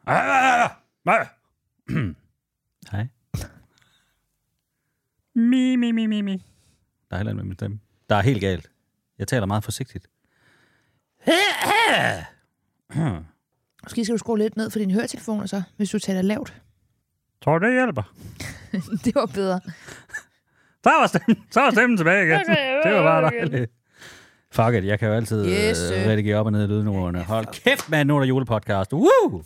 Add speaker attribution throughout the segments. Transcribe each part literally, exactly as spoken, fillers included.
Speaker 1: Hej. Mi, mi, mi, mi, mi. Der er heller med min stemme. Der er helt galt. Jeg taler meget forsigtigt.
Speaker 2: Måske skal du skrue lidt ned for dine høretelefoner så, hvis du taler lavt.
Speaker 1: Tror du, det hjælper?
Speaker 2: Det var bedre.
Speaker 1: Så var stemmen, så var stemmen tilbage igen. Det var bare dejligt. Fuck it, jeg kan jo altid yes, uh, redigere op og ned i lydnummerne. Hold kæft, mand, nu er der julepodcast. Woo!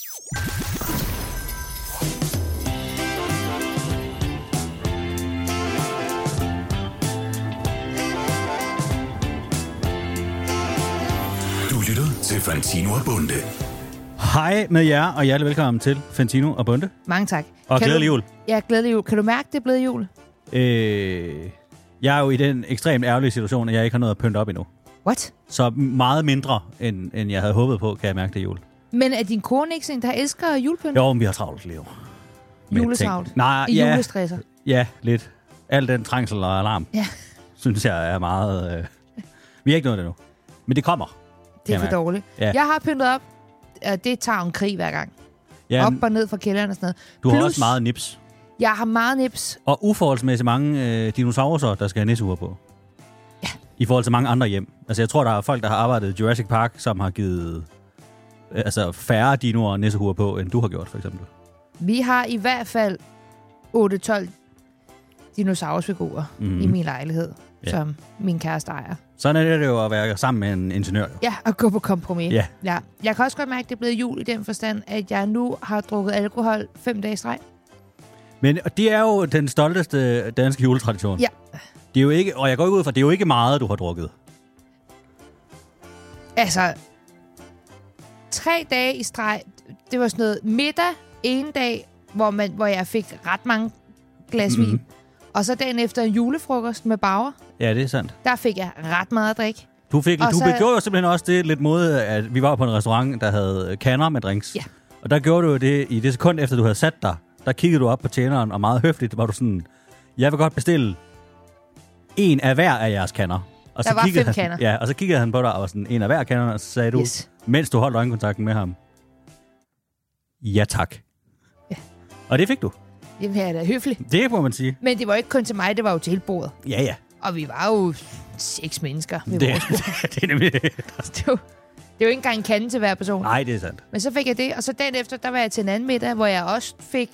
Speaker 3: Du lytter til Fantino og Bunde.
Speaker 1: Hej med jer, og hjertelig velkommen til Fantino og Bunde.
Speaker 2: Mange tak.
Speaker 1: Og
Speaker 2: kan
Speaker 1: glædelig
Speaker 2: du...
Speaker 1: jul.
Speaker 2: Ja, glædelig jul. Kan du mærke, det er blevet jul?
Speaker 1: Øh, jeg er jo i den ekstremt ærgerlige situation, at jeg ikke har noget at pynte op endnu.
Speaker 2: What?
Speaker 1: Så meget mindre, end, end jeg havde håbet på, kan jeg mærke det jul.
Speaker 2: Men er din kone ikke sådan, der elsker julepynt?
Speaker 1: Jo, men vi har travlt lige jo.
Speaker 2: Juletravlt?
Speaker 1: Nej,
Speaker 2: I
Speaker 1: ja,
Speaker 2: julestresser?
Speaker 1: Ja, lidt. Al den trængsel og alarm,
Speaker 2: ja.
Speaker 1: synes jeg er meget... Øh... Vi har ikke noget endnu. Men det kommer.
Speaker 2: Det er for dårligt. Ja. Jeg har pyntet op, og det tager en krig hver gang. Ja, op og ned fra kælderen og sådan noget.
Speaker 1: Du
Speaker 2: Plus,
Speaker 1: har også meget nips.
Speaker 2: Jeg har meget nips.
Speaker 1: Og uforholdsmæssigt mange øh, dinosaurer, der skal have nisseure på.
Speaker 2: Ja.
Speaker 1: I forhold til mange andre hjem. Altså, jeg tror, der er folk, der har arbejdet i Jurassic Park, som har givet øh, altså, færre dinoer og nisseure på, end du har gjort, for eksempel.
Speaker 2: Vi har i hvert fald otte tolv dinosaurfigurer mm. i min lejlighed, ja. Som min kæreste ejer.
Speaker 1: Sådan er det jo at være sammen med en ingeniør. Jo.
Speaker 2: Ja, og gå på kompromis.
Speaker 1: Ja.
Speaker 2: Ja. Jeg kan også godt mærke, at det er blevet jul i den forstand, at jeg nu har drukket alkohol fem dage i streg.
Speaker 1: Men det er jo den stolteste danske juletradition.
Speaker 2: Ja.
Speaker 1: Det er jo ikke, og jeg går ikke ud fra, det er jo ikke meget, du har drukket.
Speaker 2: Altså, tre dage i streg, det var sådan noget middag en dag, hvor, man, hvor jeg fik ret mange glas vin. Mm. Og så dagen efter en julefrokost med bager.
Speaker 1: Ja, det er sandt.
Speaker 2: Der fik jeg ret meget at drikke.
Speaker 1: Du, fik, du
Speaker 2: så,
Speaker 1: gjorde jo simpelthen også det lidt mod, at vi var på en restaurant, der havde kander med drinks.
Speaker 2: Ja.
Speaker 1: Og der gjorde du jo det i det sekund, efter du havde sat dig. Der kiggede du op på tjeneren, og meget høfligt var du sådan, jeg vil godt bestille en af hver af jeres kander. Og
Speaker 2: der
Speaker 1: så
Speaker 2: var fem
Speaker 1: han,
Speaker 2: kander.
Speaker 1: Ja, og så kiggede han på dig og var sådan, en af hver kander, og så sagde du, yes. mens du holdt øjenkontakten med ham, ja tak.
Speaker 2: Ja.
Speaker 1: Og det fik du.
Speaker 2: Jamen, jeg er da høflig.
Speaker 1: Det må man sige.
Speaker 2: Men det var ikke kun til mig, det var jo til hele bordet.
Speaker 1: Ja, ja.
Speaker 2: Og vi var jo seks mennesker ved
Speaker 1: det,
Speaker 2: vores bord.
Speaker 1: det, det er nemlig det.
Speaker 2: Det er jo, det er jo ikke engang en kande til hver person.
Speaker 1: Nej, det er sandt.
Speaker 2: Men så fik jeg det, og så dagen efter, der var jeg til en anden middag, hvor jeg også fik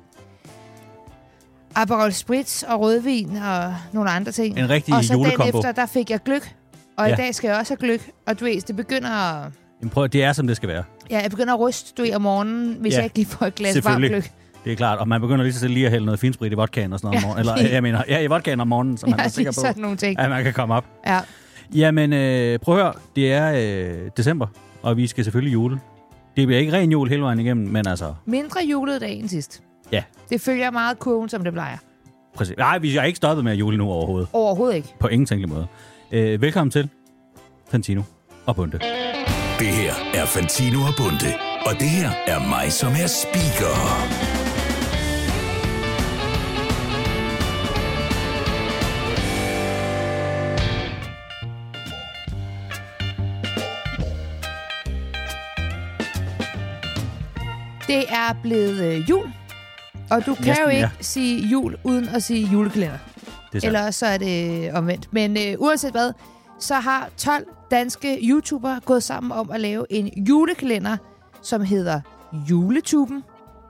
Speaker 2: Aperol Spritz og rødvin og nogle andre ting.
Speaker 1: En rigtig
Speaker 2: julekombo. Og så
Speaker 1: julekombo.
Speaker 2: dagen efter, der fik jeg gløgg. Og ja. I dag skal jeg også have gløgg. Og du ved, det begynder at...
Speaker 1: Jamen, prøv, det er, som det skal være.
Speaker 2: Ja, jeg begynder at ryste, du ved, om morgenen, hvis ja. jeg ikke lige får et glas varmt gløgg.
Speaker 1: Det er klart, og man begynder lige så lige at hælde noget finsprit i vodkaen og sådan noget. Ja. Om morgenen. Eller, jeg mener, ja, i vodkaen om morgenen, så man
Speaker 2: ja,
Speaker 1: er sikker på,
Speaker 2: sådan nogle ting.
Speaker 1: at man kan komme op.
Speaker 2: Ja.
Speaker 1: Jamen, øh, prøv at høre, det er øh, december, og vi skal selvfølgelig jule. Det bliver ikke ren jul hele vejen igennem, men altså...
Speaker 2: Mindre julet dag end sidst.
Speaker 1: Ja.
Speaker 2: Det følger meget kurven, som det plejer.
Speaker 1: Præcis. Nej, vi har ikke stoppet med at jule nu overhovedet.
Speaker 2: Overhovedet ikke.
Speaker 1: På ingen tænkelig måde. Øh, velkommen til Fantino og Bunde.
Speaker 3: Det her er Fantino og Bunde, og det her er mig, som er speaker.
Speaker 2: Det er blevet øh, jul, og du kan Næsten, jo ikke ja. sige jul uden at sige julekalender. Eller også så er det omvendt. Men øh, uanset hvad, så har tolv danske YouTubere gået sammen om at lave en julekalender, som hedder Juletuben.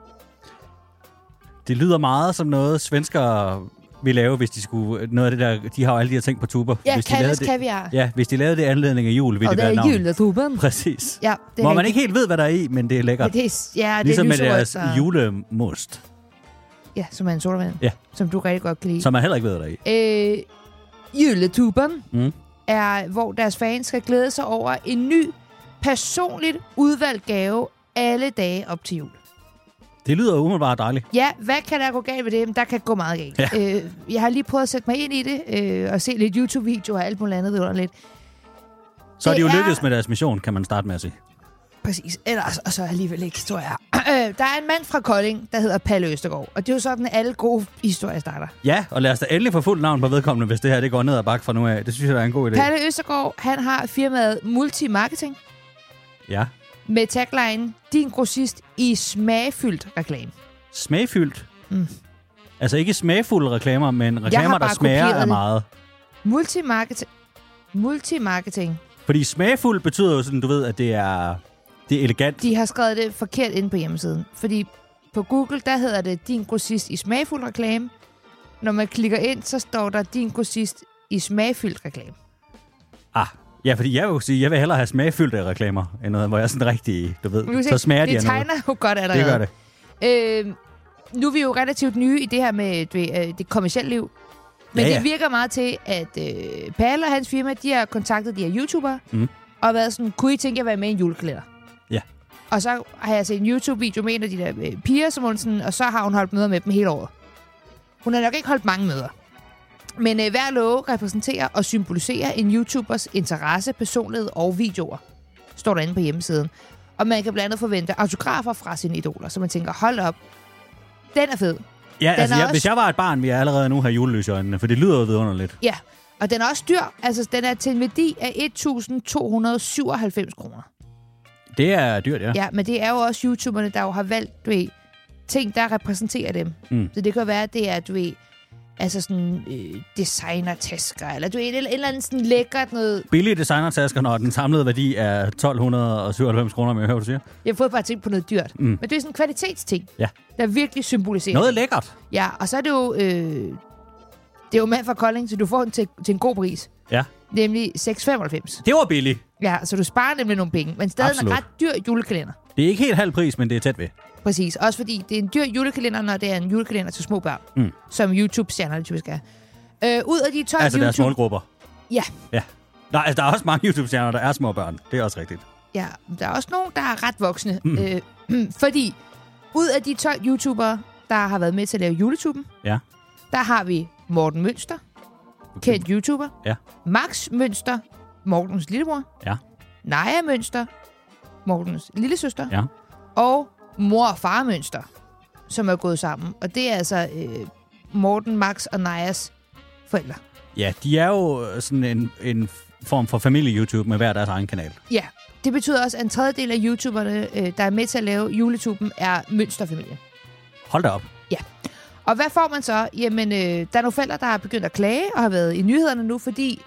Speaker 1: Det lyder meget som noget, svenskere vil lave, hvis de skulle... Noget af det der, de har jo alle de her ting på tuber.
Speaker 2: Ja,
Speaker 1: hvis de
Speaker 2: kaldes kaviar.
Speaker 1: Ja, hvis de lavede det anledning af jul, ville det være navn.
Speaker 2: Og det er juletuben.
Speaker 1: Præcis.
Speaker 2: Ja, det
Speaker 1: hvor man ikke helt ved, hvad der er i, men det er lækkert.
Speaker 2: Ja, det er, ja, det
Speaker 1: ligesom
Speaker 2: er
Speaker 1: med deres
Speaker 2: og...
Speaker 1: julemost.
Speaker 2: Ja, som er en sodavand.
Speaker 1: Ja.
Speaker 2: Som du rigtig godt kan lide.
Speaker 1: Som man heller ikke ved, hvad der er i.
Speaker 2: Øh, juletuben
Speaker 1: mm.
Speaker 2: er, hvor deres fans skal glæde sig over en ny, personligt udvalgt gave alle dage op til jul.
Speaker 1: Det lyder umiddelbart dejligt.
Speaker 2: Ja, hvad kan der gå galt ved det? Der kan gå meget galt. Ja. Øh, jeg har lige prøvet at sætte mig ind i det, øh, og se lidt YouTube-videoer og alt muligt andet vidunderligt.
Speaker 1: Så er de jo lykkedes med deres mission, kan man starte med at sige.
Speaker 2: Præcis. Ellers, og så alligevel ikke, tror jeg. Øh, der er en mand fra Kolding, der hedder Palle Østergaard, og det er jo sådan, alle gode historier starter.
Speaker 1: Ja, og lad os da endelig få fuldt navn på vedkommende, hvis det her det går ned ad bakke fra nu af. Det synes jeg, der er en god idé.
Speaker 2: Palle Østergaard, han har firmaet Multimarketing.
Speaker 1: Ja.
Speaker 2: med tagline, din grossist i smagfyldt reklame.
Speaker 1: Smagfyldt?
Speaker 2: Mm.
Speaker 1: Altså ikke smagfulde reklamer, men reklamer, der smager af meget.
Speaker 2: Multimarketing. Multimarketing.
Speaker 1: Fordi smagfuld betyder jo sådan, du ved, at det er, det er elegant.
Speaker 2: De har skrevet det forkert inde på hjemmesiden. Fordi på Google, der hedder det din grossist i smagfuld reklame. Når man klikker ind, så står der din grossist i smagfyldt reklame.
Speaker 1: Ah, ja, fordi jeg vil sige, jeg vil hellere have smagfyldte reklamer, end noget, hvor jeg er sådan rigtig, du ved, så smager de af noget.
Speaker 2: Det tegner jo godt allerede.
Speaker 1: Det gør det.
Speaker 2: Øh, nu er vi jo relativt nye i det her med det, det kommercielle liv. Men ja, ja. Det virker meget til, at øh, Palle og hans firma, de har kontaktet de her YouTubere, mm. og været sådan, kunne I tænke jer at være med i en julekalender?
Speaker 1: Ja.
Speaker 2: Og så har jeg set en YouTube-video med en af de der øh, piger, som hun sådan, og så har hun holdt møder med dem hele året. Hun har nok ikke holdt mange møder. Men øh, hver låge repræsenterer og symboliserer en YouTubers interesse, personlighed og videoer. Står der inde på hjemmesiden. Og man kan blandt andet forvente autografer fra sine idoler, så man tænker, hold op, den er fed.
Speaker 1: Ja, altså jeg, også... hvis jeg var et barn, ville jeg allerede nu have julelys i øjnene, for det lyder jo vidunderligt.
Speaker 2: Ja, og den er også dyr. Altså, den er til en værdi af et tusind to hundrede og syvoghalvfems kroner.
Speaker 1: Det er dyrt, ja.
Speaker 2: Ja, men det er jo også YouTuberne, der jo har valgt, du ved, ting, der repræsenterer dem. Mm. Så det kan være, at det er, du ved, altså sådan øh, designertasker, eller du ved, et eller andet sådan lækkert noget...
Speaker 1: Billige designertasker, når den samlede værdi er tolv syvoghalvfems kroner, men jeg hører, du siger.
Speaker 2: Jeg har fået bare tænkt på noget dyrt. Mm. Men det er sådan en kvalitetsting,
Speaker 1: ja.
Speaker 2: Der virkelig symboliserer...
Speaker 1: Noget lækkert.
Speaker 2: Ja, og så er det jo... Øh, det er jo mand fra Kolding, så du får den til, til en god pris.
Speaker 1: Ja.
Speaker 2: Nemlig seks femoghalvfems.
Speaker 1: Det var billigt.
Speaker 2: Ja, så du sparer nemlig nogle penge, men stadig Absolut. En ret dyr julekalender.
Speaker 1: Det er ikke helt halv pris, men det er tæt ved.
Speaker 2: Præcis. Også fordi det er en dyr julekalender, når det er en julekalender til små børn. Mm. Som YouTube-stjerner typisk er. Øh, ud af de tolv
Speaker 1: altså
Speaker 2: YouTube...
Speaker 1: deres målgrupper?
Speaker 2: Ja.
Speaker 1: Ja. Nej, altså, der er også mange YouTube-stjerner, der er små børn. Det er også rigtigt.
Speaker 2: Ja, der er også nogen, der er ret voksne. Mm. Øh, fordi ud af de tolv YouTubere, der har været med til at lave juletuben,
Speaker 1: ja.
Speaker 2: Der har vi Morten Mønster, okay. Kendt YouTuber.
Speaker 1: Ja.
Speaker 2: Max Mønster, Mortens lillebror.
Speaker 1: Ja.
Speaker 2: Naja Mønster, Mortens lillesøster.
Speaker 1: Ja.
Speaker 2: Og mor og far Mønster, som er gået sammen. Og det er altså øh, Morten, Max og Najas forældre.
Speaker 1: Ja, de er jo sådan en, en form for familie-YouTube med hver deres egen kanal.
Speaker 2: Ja, det betyder også, at en tredjedel af YouTuberne, øh, der er med til at lave juletuben, er Mønsterfamilien.
Speaker 1: Hold da op.
Speaker 2: Ja. Og hvad får man så? Jamen, øh, der er nogle forældre, der har begyndt at klage og har været i nyhederne nu, fordi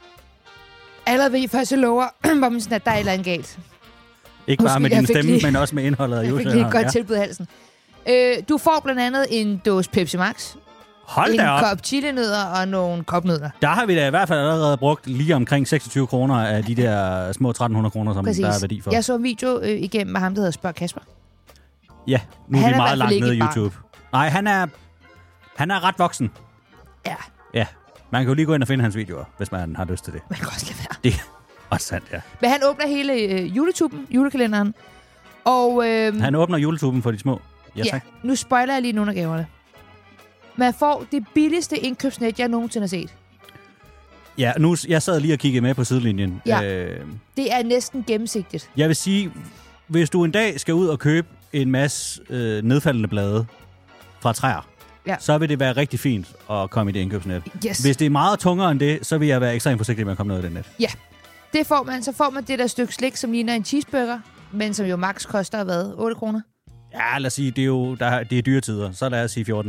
Speaker 2: allerede først så lover, hvor man sådan, at der er et eller andet galt.
Speaker 1: Ikke bare med din stemme, lige, men også med indholdet af julekalenderen.
Speaker 2: Jeg fik lige et godt ja. tilbud i halsen. Øh, du får blandt andet en dåse Pepsi Max.
Speaker 1: Hold da op.
Speaker 2: En kop chilinødder og nogle kopnødder.
Speaker 1: Der har vi da i hvert fald allerede brugt lige omkring seksogtyve kroner af de der små tretten hundrede kroner, som Præcis. Der er værdi for.
Speaker 2: Jeg så en video øh, igennem med ham, der hedder Spørg Kasper.
Speaker 1: Ja, nu han er vi meget langt nede i YouTube. Nej, han er, han er ret voksen.
Speaker 2: Ja.
Speaker 1: Ja, man kan jo lige gå ind og finde hans videoer, hvis man har lyst til det.
Speaker 2: Man kan også lade være.
Speaker 1: Det er også sandt, ja.
Speaker 2: Men han åbner hele øh, juletuben, julekalenderen. Og, øh,
Speaker 1: han åbner juletuben for de små.
Speaker 2: Ja, ja, nu spoiler jeg lige nogle af gaverne. Man får det billigste indkøbsnet, jeg nogensinde har set.
Speaker 1: Ja, nu jeg sad lige og kiggede med på sidelinjen.
Speaker 2: Ja, øh, det er næsten gennemsigtigt.
Speaker 1: Jeg vil sige, hvis du en dag skal ud og købe en masse øh, nedfaldende blade fra træer, ja. Så vil det være rigtig fint at komme i det indkøbsnet.
Speaker 2: Yes.
Speaker 1: Hvis det er meget tungere end det, så vil jeg være ekstremt forsigtig med at komme ned i det net.
Speaker 2: Ja, det får man. Så får man det der stykke slik, som ligner en cheeseburger, men som jo max koster, hvad, otte kroner?
Speaker 1: Ja, lad os sige, det er jo der, det er dyretider. Så lad os sige fjorten.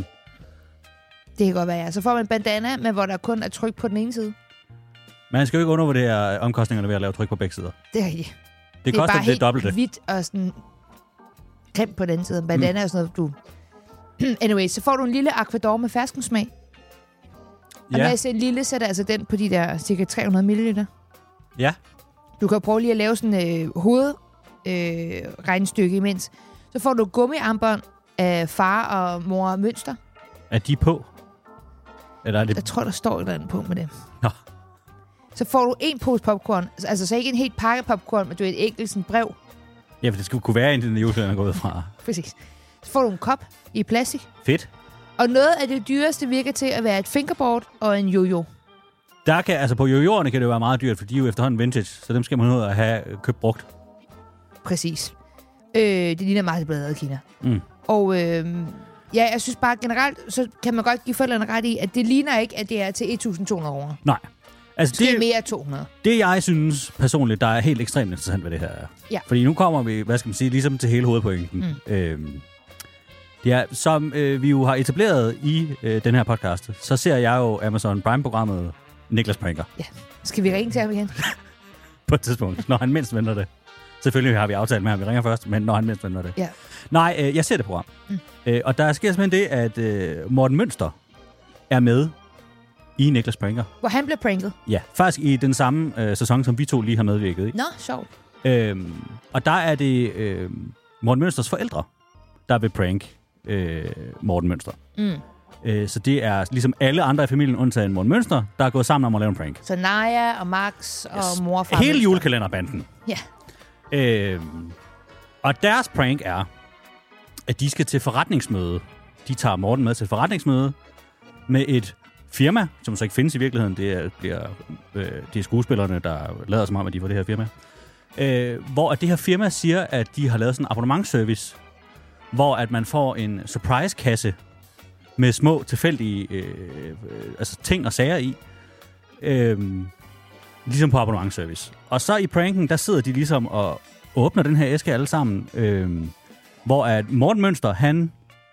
Speaker 2: Det kan godt være, ja. Så får man en bandana, men hvor der kun er tryk på den ene side.
Speaker 1: Man skal jo ikke undervurdere omkostningerne ved at lave tryk på begge sider.
Speaker 2: Det er ikke.
Speaker 1: Det, det koster det dobbelte.
Speaker 2: Det er bare helt hvidt og sådan klemt på den anden side. Bandana mm. er sådan noget, du... Anyway, så får du en lille Aquador med ferskensmag. Og ja. Når jeg siger en lille, så er det altså den på de der cirka tre hundrede milliliter.
Speaker 1: Ja.
Speaker 2: Du kan prøve lige at lave sådan øh, hovedregnestykke øh, imens. Så får du gummiarmbånd af far og mor Mønster.
Speaker 1: Er de på? Eller er det...
Speaker 2: Jeg tror, der står et eller andet på med det.
Speaker 1: Nå.
Speaker 2: Så får du en pose popcorn. Altså så ikke en helt pakke popcorn, men du er et enkelt sådan brev.
Speaker 1: Ja, for det skulle kunne være, indtil den julekalender er gået fra.
Speaker 2: Præcis. Så får du en kop i plastik.
Speaker 1: Fedt.
Speaker 2: Og noget af det dyreste virker til at være et fingerboard og en jojo.
Speaker 1: Der kan, altså på jojoerne kan det jo være meget dyrt, for de er jo efterhånden vintage, så dem skal man ud og have købt brugt.
Speaker 2: Præcis. Øh, det ligner meget til bladet i Kina.
Speaker 1: Mm.
Speaker 2: Og øh, ja, jeg synes bare generelt, så kan man godt give forældrene ret i, at det ligner ikke, at det er til et tusind to hundrede kroner.
Speaker 1: Nej. Altså,
Speaker 2: det er mere to hundrede.
Speaker 1: Det, jeg synes personligt, der er helt ekstremt interessant ved det her.
Speaker 2: Ja.
Speaker 1: Fordi nu kommer vi, hvad skal man sige, ligesom til hele hovedpointen. Mm. Øhm, det er, som øh, vi jo har etableret i øh, den her podcast, så ser jeg jo Amazon Prime-programmet Niklas Pranker.
Speaker 2: Ja. Skal vi ringe til ham igen?
Speaker 1: På et tidspunkt, når han mindst venter det. Selvfølgelig har vi aftalt med ham, vi ringer først, men når han mindst venter det.
Speaker 2: Ja.
Speaker 1: Nej, øh, jeg ser det program. Mm. Øh, og der sker simpelthen det, at øh, Morten Mønster er med i Niklas Pranker.
Speaker 2: Hvor han blev pranket?
Speaker 1: Ja, faktisk i den samme øh, sæson, som vi to lige har medvirket i.
Speaker 2: Nå, sjovt.
Speaker 1: Øhm, og der er det øh, Morten Mønsters forældre, der vil prank øh, Morten Mønster. Mm. Øh, så det er ligesom alle andre i familien, undtagen Morten Mønster, der er gået sammen om at lave en prank.
Speaker 2: Så Naja og Max og yes. mor og far.
Speaker 1: Hele julekalenderbanden.
Speaker 2: Ja.
Speaker 1: Øh, og deres prank er, at de skal til forretningsmøde. De tager Morten med til forretningsmøde med et firma, som så ikke findes i virkeligheden. Det er, bliver, øh, det er skuespillerne, der lader som om, at de får det her firma. Øh, hvor at det her firma siger, at de har lavet sådan en abonnementsservice, hvor at man får en surprise-kasse med små tilfældige øh, øh, altså ting og sager i. Øh, ligesom på abonnementsservice. Og så i pranken, der sidder de ligesom og åbner den her æske alle sammen, øh, hvor at Morten Mønster, han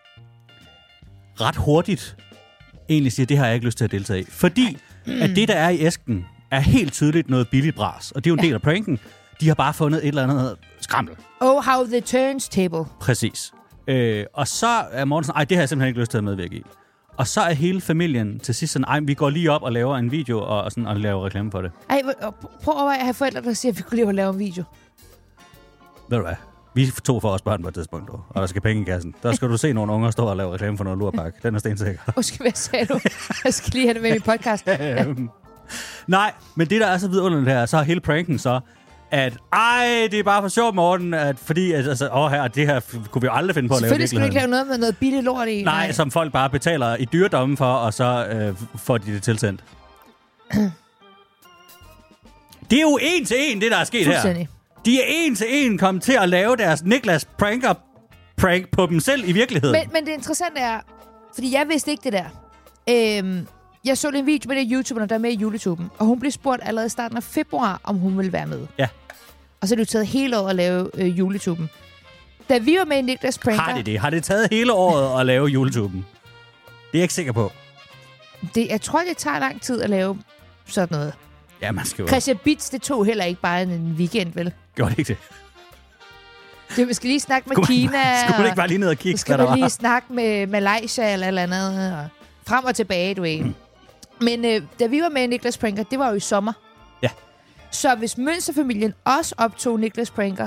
Speaker 1: ret hurtigt egentlig siger, det har jeg ikke lyst til at deltage i. Fordi at det, der er i æsken, er helt tydeligt noget billigt bras. Og det er jo en del af pranken. De har bare fundet et eller andet skrammel.
Speaker 2: Oh, how the turns table.
Speaker 1: Præcis. Øh, og så er Morten sådan, ej, det har jeg simpelthen ikke lyst til at medvirke i. Og så er hele familien til sidst sådan, ej, vi går lige op og laver en video og, og, sådan, og laver reklame for det.
Speaker 2: Ej, prøv at have forældre, der siger, at vi kunne lige lave en video.
Speaker 1: Ved du hvad? Vi to får også børn på et tidspunkt, og der skal penge i kassen. Der skal du se nogle unger stå og lave reklame for noget lurpak. Den er stensikker.
Speaker 2: Måske, hvad sagde du? Jeg skal lige have det med i min podcast. Ja.
Speaker 1: Nej, men det, der er så vidunderligt her, så er hele pranken så, at ej, det er bare for sjovt, Morten, at fordi, at, altså, åh her, det her kunne vi jo aldrig finde på at lave.
Speaker 2: Selvfølgelig skal du ikke lave noget med noget billigt lort i.
Speaker 1: Nej, Nej, som folk bare betaler i dyredomme for, og så øh, får de det tilsendt. Det er jo en til en, det der er sket her. De er en til en kommet til at lave deres Niklas Pranker prank på dem selv i virkeligheden.
Speaker 2: Men, men det interessante er, fordi jeg vidste ikke det der. Øhm, jeg så en video med det YouTuberen, der er med i juletuben, og hun blev spurgt allerede i starten af februar, om hun ville være med.
Speaker 1: Ja.
Speaker 2: Og så er det jo taget hele året at lave øh, juletuben. Da vi var med i Niklas Pranker...
Speaker 1: Har det det? Har det taget hele året at lave juletuben? Det er jeg ikke sikker på.
Speaker 2: Det, jeg tror, det tager lang tid at lave sådan noget.
Speaker 1: Ja, man skal jo...
Speaker 2: Christian Bitz, det tog heller ikke bare en weekend, vel?
Speaker 1: Gjorde det ikke det?
Speaker 2: Det, vi skal lige snakke med
Speaker 1: skulle
Speaker 2: Kina.
Speaker 1: Man, skulle man ikke bare lige ned og kigge,
Speaker 2: hvad der var? Så skal vi lige snakke med Malaysia eller eller andet. Og frem og tilbage, du ved. Mm. Men øh, da vi var med i Niklas Pranker, det var jo i sommer.
Speaker 1: Ja.
Speaker 2: Så hvis Mønsterfamilien også optog Niklas Pranker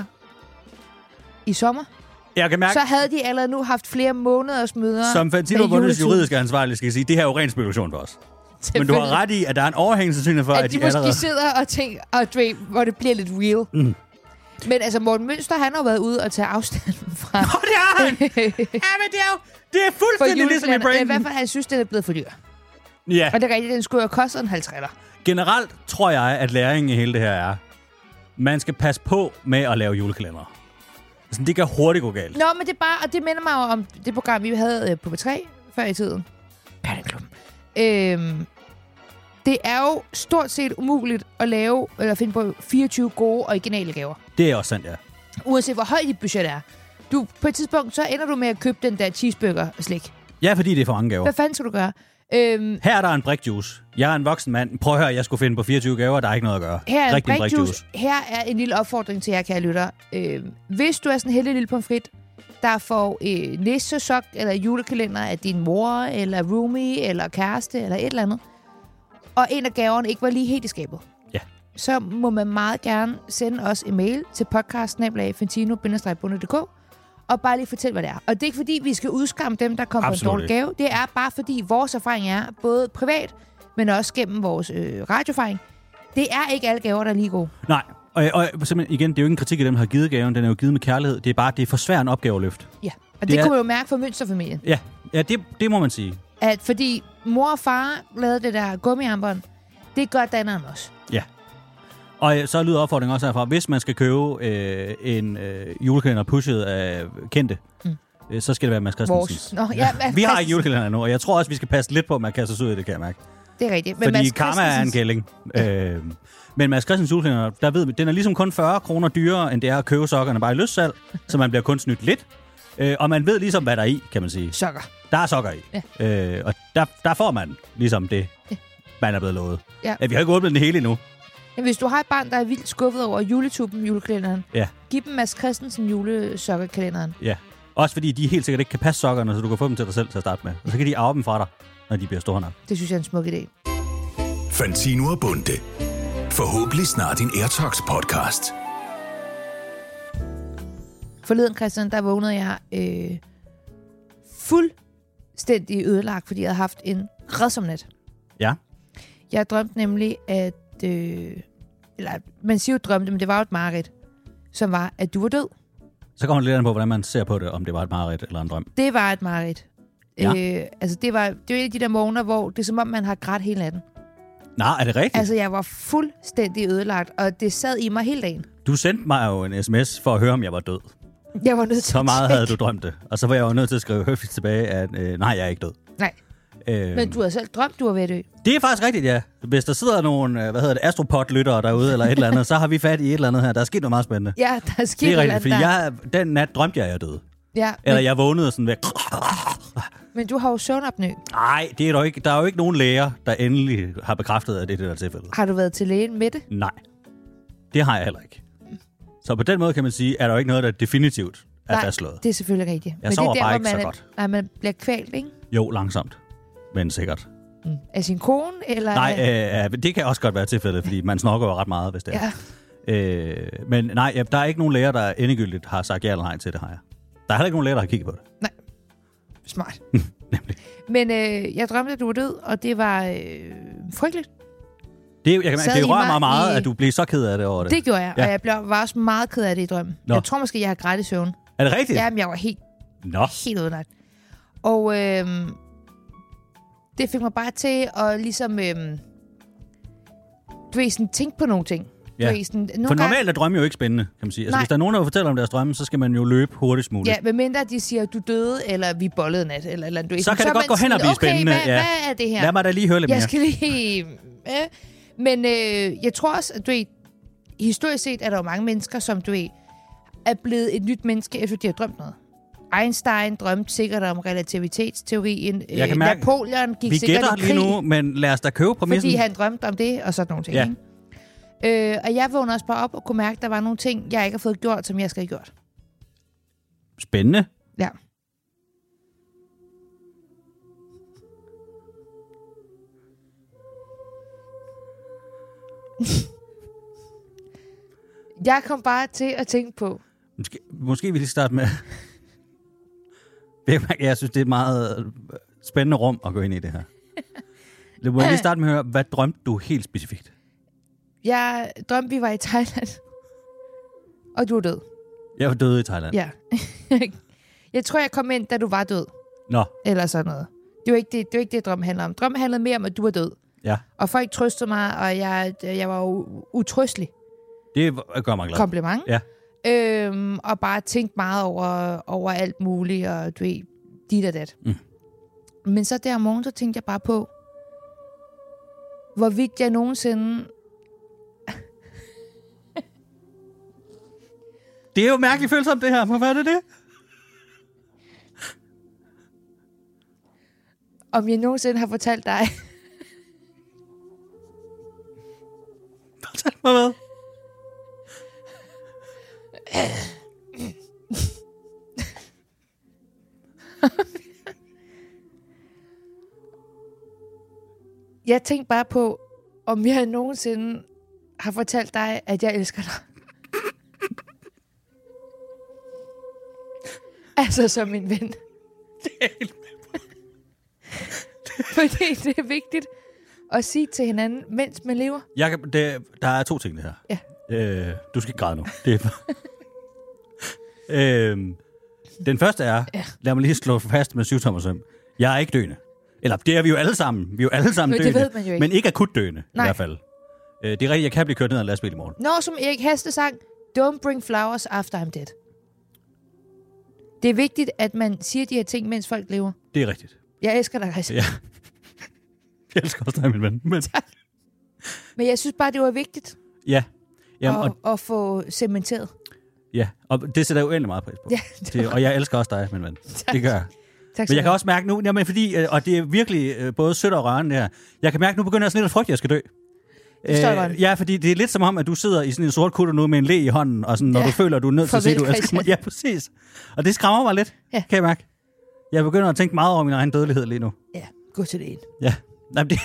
Speaker 2: i sommer,
Speaker 1: jeg kan mærke,
Speaker 2: så havde de allerede nu haft flere måneders møder.
Speaker 1: Som Fantino Bundes juridiske ansvarlige skal sige, det her er jo ren spekulation for os. Men du har ret i, at der er en overhængende sandsynlighed for, at,
Speaker 2: at
Speaker 1: de,
Speaker 2: de måske
Speaker 1: allerede...
Speaker 2: sidder og tænker, og dream, hvor det bliver lidt real. Mm. Men altså, Morten Mønster, han har været ude og tage afstand fra...
Speaker 1: Nå, det har han! Ja, men det er jo... Det er fuldstændig ligesom i pranken.
Speaker 2: I hvert fald, han synes, den er blevet for dyr.
Speaker 1: Ja.
Speaker 2: Og det er rigtigt, den skulle jo koste en halvtretter.
Speaker 1: Generelt tror jeg, at læringen i hele det her er, man skal passe på med at lave julekalender. Altså, det kan hurtigt gå galt.
Speaker 2: Nå, men det er bare... Og det minder mig om det program, vi havde på B tre før i tiden. Patteklubben. Øhm... Det er jo stort set umuligt at lave eller finde på fireogtyve gode originale gaver.
Speaker 1: Det er også sandt, ja.
Speaker 2: Uanset hvor højt dit budget er. Du, på et tidspunkt, så ender du med at købe den der cheeseburger-slik.
Speaker 1: Ja, fordi det er for mange gaver.
Speaker 2: Hvad fanden skal du gøre? Øhm,
Speaker 1: her er der en brikjuice. Jeg er en voksen mand. Prøv at høre, jeg skulle finde på fireogtyve gaver, der er ikke noget at gøre.
Speaker 2: Her er en brikjuice. Her er en lille opfordring til jer, kære lytter. Øhm, hvis du er sådan en heldig lille pomfrit, der får øh, nissesok eller julekalender af din mor, eller roomie, eller kæreste, eller et eller andet, og en af gaverne ikke var lige helt i skabet,
Speaker 1: ja,
Speaker 2: så må man meget gerne sende os en mail til podcast snabel-a fantino bindestreg bunde punktum d k og bare lige fortælle, hvad det er. Og det er ikke, fordi vi skal udskamme dem, der kommer på en dårlig gave. Det er bare, fordi vores erfaring er, både privat, men også gennem vores øh, radioerfaring, det er ikke alle gaver, der er lige gode.
Speaker 1: Nej, og, og simpelthen igen, det er jo ikke en kritik af dem, der har givet gaven. Den er jo givet med kærlighed. Det er bare, det er for svær en opgave at løfte.
Speaker 2: Ja, og det, det er... kunne man jo mærke for Mønsterfamilien.
Speaker 1: Ja, ja det, det må man sige.
Speaker 2: At fordi mor og far lavede det der gummiarmbånd, det gør danneren også.
Speaker 1: Ja. Og så lyder opfordringen også herfra, hvis man skal købe øh, en øh, julekalender pushet af kendte, mm. øh, så skal det være Mads Christensens.
Speaker 2: Nå, ja,
Speaker 1: ja. Vi har ikke julekalender nu, og jeg tror også, vi skal passe lidt på, at man kaster sig ud i det, kan jeg mærke.
Speaker 2: Det er rigtigt. Men
Speaker 1: Fordi
Speaker 2: Mads
Speaker 1: karma er en gælling. Ja. Øh, men Mads Christensens julekalender, der ved vi, den er ligesom kun fyrre kroner dyrere, end det er at købe sokkerne bare i lystsalg, så man bliver kun snydt lidt. Øh, og man ved ligesom, hvad der er i, kan man sige.
Speaker 2: Sokker.
Speaker 1: Der er sokker i. Ja. Øh, og der, der får man ligesom det, ja. man er blevet lovet. Ja. Ja, vi har ikke åbnet den hele endnu.
Speaker 2: Ja, hvis du har et barn, der er vildt skuffet over juletuben julekalenderen,
Speaker 1: ja.
Speaker 2: giv dem Mads Christensen julesokkerkalenderen.
Speaker 1: Ja. Også fordi de helt sikkert ikke kan passe sokkerne, så du kan få dem til dig selv til at starte med. Og så kan de arve dem fra dig, når de bliver store nok.
Speaker 2: Det synes jeg er en smuk idé.
Speaker 3: Fantino og Bunde. Forhåbentlig snart din AirTalks podcast.
Speaker 2: Forleden, Christian, der vågnede jeg øh, fuldstændig ødelagt, fordi jeg havde haft en rædsom nat.
Speaker 1: Ja.
Speaker 2: Jeg drømte nemlig, at... Øh, eller, man siger jo drømte, men det var jo et mareridt, som var, at du var død.
Speaker 1: Så kommer det lidt an på, hvordan man ser på det, om det var et mareridt eller en drøm.
Speaker 2: Det var et mareridt.
Speaker 1: Ja.
Speaker 2: Øh, altså, det var, det var en af de der morgener, hvor det er som om, man har grædt hele natten.
Speaker 1: Nej, er det rigtigt?
Speaker 2: Altså, jeg var fuldstændig ødelagt, og det sad i mig hele dagen.
Speaker 1: Du sendte mig jo en sms for at høre, om jeg var død.
Speaker 2: Jeg var nødt til
Speaker 1: Så meget havde du drømt det. Og så var jeg jo nødt til at skrive høfligt tilbage, at øh, nej, jeg er ikke død.
Speaker 2: Nej.
Speaker 1: Øh,
Speaker 2: Men du har selv drømt, du var ved at dø.
Speaker 1: Det er faktisk rigtigt, ja. Hvis der sidder nogle, hvad hedder det, astropod-lyttere derude, eller et eller andet, så har vi fat i et eller andet her. Der er sket noget meget spændende.
Speaker 2: Ja, der er sket
Speaker 1: det er rigtigt,
Speaker 2: andet,
Speaker 1: fordi
Speaker 2: der...
Speaker 1: jeg, den nat drømte jeg, at jeg døde.
Speaker 2: Ja,
Speaker 1: Eller
Speaker 2: men...
Speaker 1: jeg vågnede sådan væk.
Speaker 2: Men du har jo søvnapnø.
Speaker 1: Nej, det er der ikke. Der er jo ikke nogen læger, der endelig har bekræftet, at det er det der tilfælde.
Speaker 2: Har du været til lægen med det?
Speaker 1: Nej, det har jeg heller ikke. Så på den måde kan man sige, er der jo ikke noget, der definitivt er
Speaker 2: Nej,
Speaker 1: fastslået.
Speaker 2: det er selvfølgelig rigtigt.
Speaker 1: Jeg sover
Speaker 2: det er der,
Speaker 1: bare ikke
Speaker 2: man
Speaker 1: så
Speaker 2: er,
Speaker 1: godt.
Speaker 2: Nej, man bliver kvalt, ikke?
Speaker 1: Jo, langsomt. Men sikkert.
Speaker 2: Mm. Af sin kone, eller...
Speaker 1: Nej, øh, det kan også godt være tilfældet, fordi man snorker jo ret meget, hvis det er.
Speaker 2: Ja.
Speaker 1: Øh, men nej, ja, der er ikke nogen læger, der endegyldigt har sagt ja eller nej til det, har jeg. Der er heller ikke nogen læger, der har kigget på det.
Speaker 2: Nej. Smart.
Speaker 1: Nemlig.
Speaker 2: Men øh, jeg drømte, at du var død, og det var øh, frygteligt.
Speaker 1: Det, jeg kan, det rører mig meget,
Speaker 2: i...
Speaker 1: at du blev så ked af det over det.
Speaker 2: Det gjorde jeg,
Speaker 1: ja.
Speaker 2: og jeg blev, var også meget ked af det i drømmen. Nå. Jeg tror måske, jeg har grædt i søvn.
Speaker 1: Er det rigtigt?
Speaker 2: Jamen, jeg var helt,
Speaker 1: Nå.
Speaker 2: helt ødelagt. Og øh, det fik mig bare til at ligesom... Øh, du ved, sådan tænke på nogle ting.
Speaker 1: Ja.
Speaker 2: Ved, sådan,
Speaker 1: For normalt gange... er drømme jo ikke spændende, kan man sige. Altså, hvis der er nogen, der fortæller om deres drømme, så skal man jo løbe hurtigst muligt.
Speaker 2: Ja, medmindre de siger, at du døde, eller vi bollede nat, eller, eller du ved,
Speaker 1: så kan
Speaker 2: så
Speaker 1: det godt gå hen og blive
Speaker 2: okay,
Speaker 1: spændende.
Speaker 2: Hvad,
Speaker 1: ja.
Speaker 2: hvad er det her?
Speaker 1: Lad mig da lige høre lidt
Speaker 2: jeg
Speaker 1: mere.
Speaker 2: Jeg skal lige... Ja. Men øh, jeg tror også, at du ved, historisk set er der jo mange mennesker, som du ved, er blevet et nyt menneske, efter de har drømt noget. Einstein drømte sikkert om relativitetsteorien.
Speaker 1: Jeg kan mærke,
Speaker 2: Napoleon gik
Speaker 1: vi
Speaker 2: sikkert i krig.
Speaker 1: Vi gætter lige nu, men lad os da købe præmissen.
Speaker 2: Fordi han drømte om det, og sådan nogle ting.
Speaker 1: Ja.
Speaker 2: Ikke? Øh, og jeg vågnede også bare op og kunne mærke, at der var nogle ting, jeg ikke har fået gjort, som jeg skal have gjort.
Speaker 1: Spændende.
Speaker 2: Ja. Jeg kom bare til at tænke på...
Speaker 1: Måske, måske vi lige starte med... Jeg synes, det er et meget spændende rum at gå ind i det her. Lad mig lige starte med at høre, hvad drømte du helt specifikt?
Speaker 2: Jeg drømte, vi var i Thailand. Og du er død.
Speaker 1: Jeg var død i Thailand.
Speaker 2: Ja. Jeg tror, jeg kom ind, da du var død.
Speaker 1: Nå.
Speaker 2: Eller sådan noget. Det var ikke det, det, var ikke det drømmen handler om. Drømmen handlede mere om, at du var død.
Speaker 1: Ja.
Speaker 2: Og folk trøstede mig, og jeg, jeg var u- utrøstelig.
Speaker 1: Det gør mig glad.
Speaker 2: Kompliment.
Speaker 1: Ja.
Speaker 2: Øhm, og bare tænkte meget over, over alt muligt, og du ved, dit og dat.
Speaker 1: Mm.
Speaker 2: Men så der om morgenen, så tænkte jeg bare på, hvorvidt jeg nogensinde...
Speaker 1: Det er jo mærkeligt følsomt, det her. Hvorfor er det det?
Speaker 2: Om jeg nogensinde har fortalt dig...
Speaker 1: Fortæl mig hvad?
Speaker 2: Jeg tænkte bare på, om jeg nogensinde har fortalt dig, at jeg elsker dig. Altså som en ven.
Speaker 1: Det er helt med.
Speaker 2: Fordi det er vigtigt at sige til hinanden, mens man lever.
Speaker 1: Jeg kan, det, der er to ting, det her.
Speaker 2: Ja.
Speaker 1: Øh, du skal ikke græde nu. Det er øh, den første er, ja. Lad mig lige slå fast med syvtommersøm. Jeg er ikke døende. Eller det er vi jo alle sammen. Vi er jo alle sammen
Speaker 2: men
Speaker 1: døende.
Speaker 2: Det ved man jo ikke.
Speaker 1: Men ikke akut døende,
Speaker 2: Nej.
Speaker 1: i hvert fald. Øh, det er rigtigt, jeg kan blive kørt ned af en lastbil i morgen.
Speaker 2: Nå, som Erik Haste sang, don't bring flowers after I'm dead. Det er vigtigt, at man siger de her ting, mens folk lever.
Speaker 1: Det er rigtigt.
Speaker 2: Jeg elsker dig, Christian.
Speaker 1: Ja. Jeg elsker også dig, min ven. Men...
Speaker 2: Men jeg synes bare, det var vigtigt.
Speaker 1: Ja. Jamen,
Speaker 2: og, og, at få cementeret.
Speaker 1: Ja, og det sætter jeg uendelig meget pris på.
Speaker 2: Ja,
Speaker 1: det det, og jeg elsker også dig, min ven.
Speaker 2: Tak.
Speaker 1: Det gør jeg.
Speaker 2: Tak,
Speaker 1: men jeg kan også mærke nu, jamen, fordi, og det er virkelig både sødt og rørende her, jeg kan mærke, nu begynder jeg sådan lidt at frygte, at jeg skal dø. Øh, ja, fordi det er lidt som om, at du sidder i sådan en sort kutter nu med en le i hånden, og sådan, når ja. du føler, at du er nødt til at sige, du elsker mig. Ja, præcis. Og det skræmmer mig lidt, ja. kan jeg mærke. Jeg begynder at tænke meget over min egen dødelighed lige nu.
Speaker 2: Ja, gå til det en.
Speaker 1: Ja, nej, det...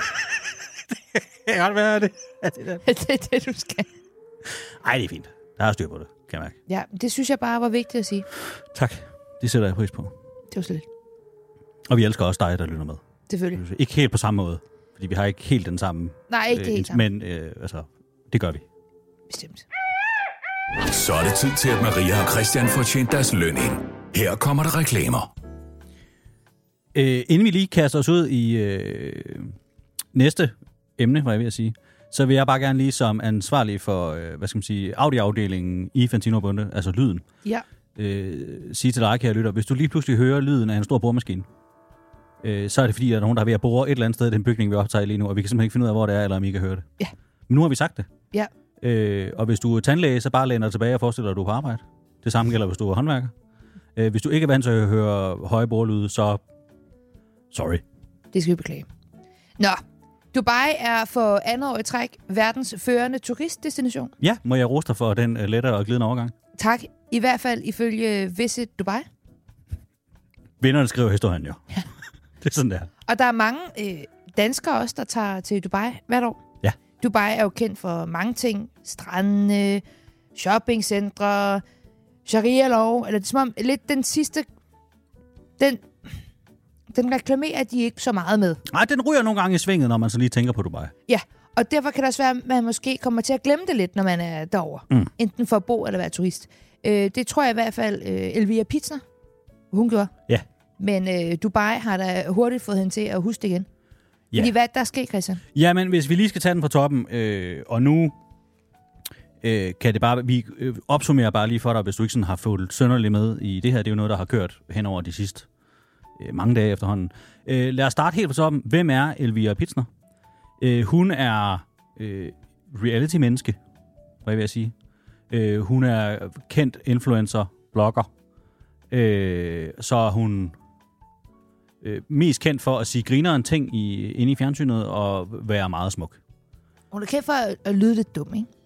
Speaker 1: det kan godt være, det er det, der.
Speaker 2: Det er det, du skal.
Speaker 1: Ej, det er fint. Der er styr på det, kan jeg mærke.
Speaker 2: Ja, det synes jeg bare var vigtigt at sige.
Speaker 1: Tak. Det sætter jeg pris på.
Speaker 2: Det var så lidt.
Speaker 1: Og vi elsker også dig, der lytter med.
Speaker 2: Selvfølgelig.
Speaker 1: Ikke helt på samme måde, fordi vi har ikke helt den samme...
Speaker 2: Nej, ikke det helt samme.
Speaker 1: Men øh, altså, det gør vi.
Speaker 2: Bestemt.
Speaker 3: Så er det tid til, at Maria og Christian får tjent deres løn ind. Her kommer der reklamer.
Speaker 1: Øh, inden vi lige kaster os ud i øh, næste emne, var jeg ved at sige, så vil jeg bare gerne lige som ansvarlig for, øh, hvad skal man sige, audioafdelingen i Fantino og Bunde, altså lyden,
Speaker 2: ja.
Speaker 1: øh, sige til dig, kære lytter, hvis du lige pludselig hører lyden af en stor boremaskine, øh, så er det fordi, der er nogen, der er ved at bore et eller andet sted i den bygning, vi optager lige nu, og vi kan simpelthen ikke finde ud af, hvor det er, eller om I kan høre det.
Speaker 2: Ja.
Speaker 1: Men nu har vi sagt det.
Speaker 2: Ja.
Speaker 1: Øh, og hvis du er tandlæge, så bare læner dig tilbage og forestiller dig, at du er på arbejde. Det samme gælder, hvis du er håndværker. Øh, hvis du ikke er vant til at høre høje borelyde, så sorry.
Speaker 2: Det skal vi beklage. Nå, Dubai er for andet år i træk verdens førende turistdestination.
Speaker 1: Ja, må jeg rose dig for den uh, lettere og glidende overgang?
Speaker 2: Tak. I hvert fald ifølge Visit Dubai.
Speaker 1: Vinderne skriver historien jo.
Speaker 2: Ja.
Speaker 1: Det er sådan der.
Speaker 2: Og der er mange øh, danskere også, der tager til Dubai hvert år.
Speaker 1: Ja.
Speaker 2: Dubai er jo kendt for mange ting. Strande, shoppingcentre, sharia-lov. Eller det er som om lidt den sidste... Den... Den reklamerer de ikke så meget med.
Speaker 1: Nej, den ryger nogle gange i svinget, når man så lige tænker på Dubai.
Speaker 2: Ja, og derfor kan det også være, at man måske kommer til at glemme det lidt, når man er derovre. Mm. Enten for at bo eller være turist. Øh, det tror jeg i hvert fald, øh, Elvira Pitsner, hun gjorde.
Speaker 1: Ja.
Speaker 2: Men øh, Dubai har da hurtigt fået hende til at huske det igen.
Speaker 1: Ja.
Speaker 2: Fordi hvad der sker, Christian?
Speaker 1: Jamen, hvis vi lige skal tage den fra toppen, øh, og nu øh, kan det bare... Vi øh, opsummerer bare lige for dig, hvis du ikke sådan har fulgt sønderligt med i det her. Det er jo noget, der har kørt hen over de sidste mange dage efterhånden. Øh, lad os starte helt fra toppen. Hvem er Elvira Pitsner? Øh, hun er øh, reality-menneske, hvad vil jeg sige. Øh, hun er kendt influencer, blogger. Øh, så er hun øh, mest kendt for at sige grineren ting i, inde i fjernsynet og være meget smuk.
Speaker 2: Hun er kendt for at, at lyde lidt dum, ikke?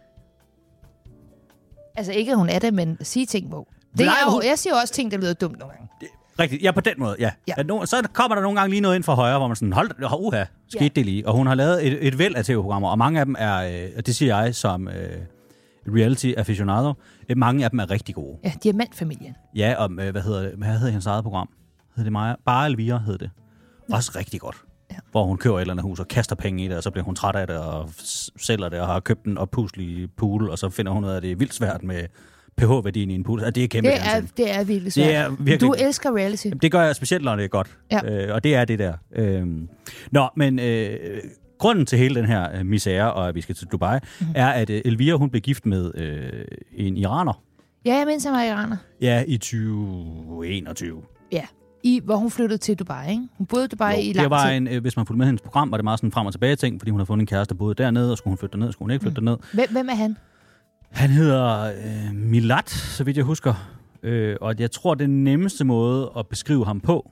Speaker 2: Altså ikke, at hun er det, men sige ting på. Det er jo, jeg siger også ting, der lyder dumt nogle gange.
Speaker 1: Det, rigtigt, ja, på den måde, ja.
Speaker 2: ja.
Speaker 1: ja no, så kommer der nogle gange lige noget ind fra højre, hvor man sådan, hold da, uha, skete ja. det lige. Og hun har lavet et, et væld af tv-programmer, og mange af dem er, øh, det siger jeg som øh, reality aficionado, øh, mange af dem er rigtig gode.
Speaker 2: Ja, Diamantfamilien.
Speaker 1: Ja, og øh, hvad hedder det, hvad hedder hendes eget program? Hedder det Maja? Bare Elvira hed det. Ja. Også rigtig godt. Ja. Hvor hun kører et eller andet hus og kaster penge i det, og så bliver hun træt af det og sælger det, og har købt en oppuslig pool, og så finder hun ud af, at det er vildt svært med pH-værdien i en pool. Det er kæmpe.
Speaker 2: Det er, det er virkelig svært. Det er virkelig, du elsker reality.
Speaker 1: Det gør jeg specielt, når det er godt. Ja. Øh, og det er det der. Øh, nå, men øh, grunden til hele den her øh, misære, og at vi skal til Dubai, mm-hmm. er, at øh, Elvira, hun blev gift med øh, en iraner.
Speaker 2: Ja, jeg mindes, han var iraner.
Speaker 1: Ja, i tyve enogtyve.
Speaker 2: Ja, i, hvor hun flyttede til Dubai, ikke? Hun boede i Dubai jo, i lang tid.
Speaker 1: Det var en, øh, hvis man fulgte med hendes program, var det meget sådan frem og tilbage ting, fordi hun havde fundet en kæreste, der boede dernede, og skulle hun flytte derned, skulle hun ikke flytte mm. derned.
Speaker 2: Hvem, hvem er han?
Speaker 1: Han hedder øh, Milat, så vidt jeg husker. Øh, og jeg tror, det nemmeste måde at beskrive ham på...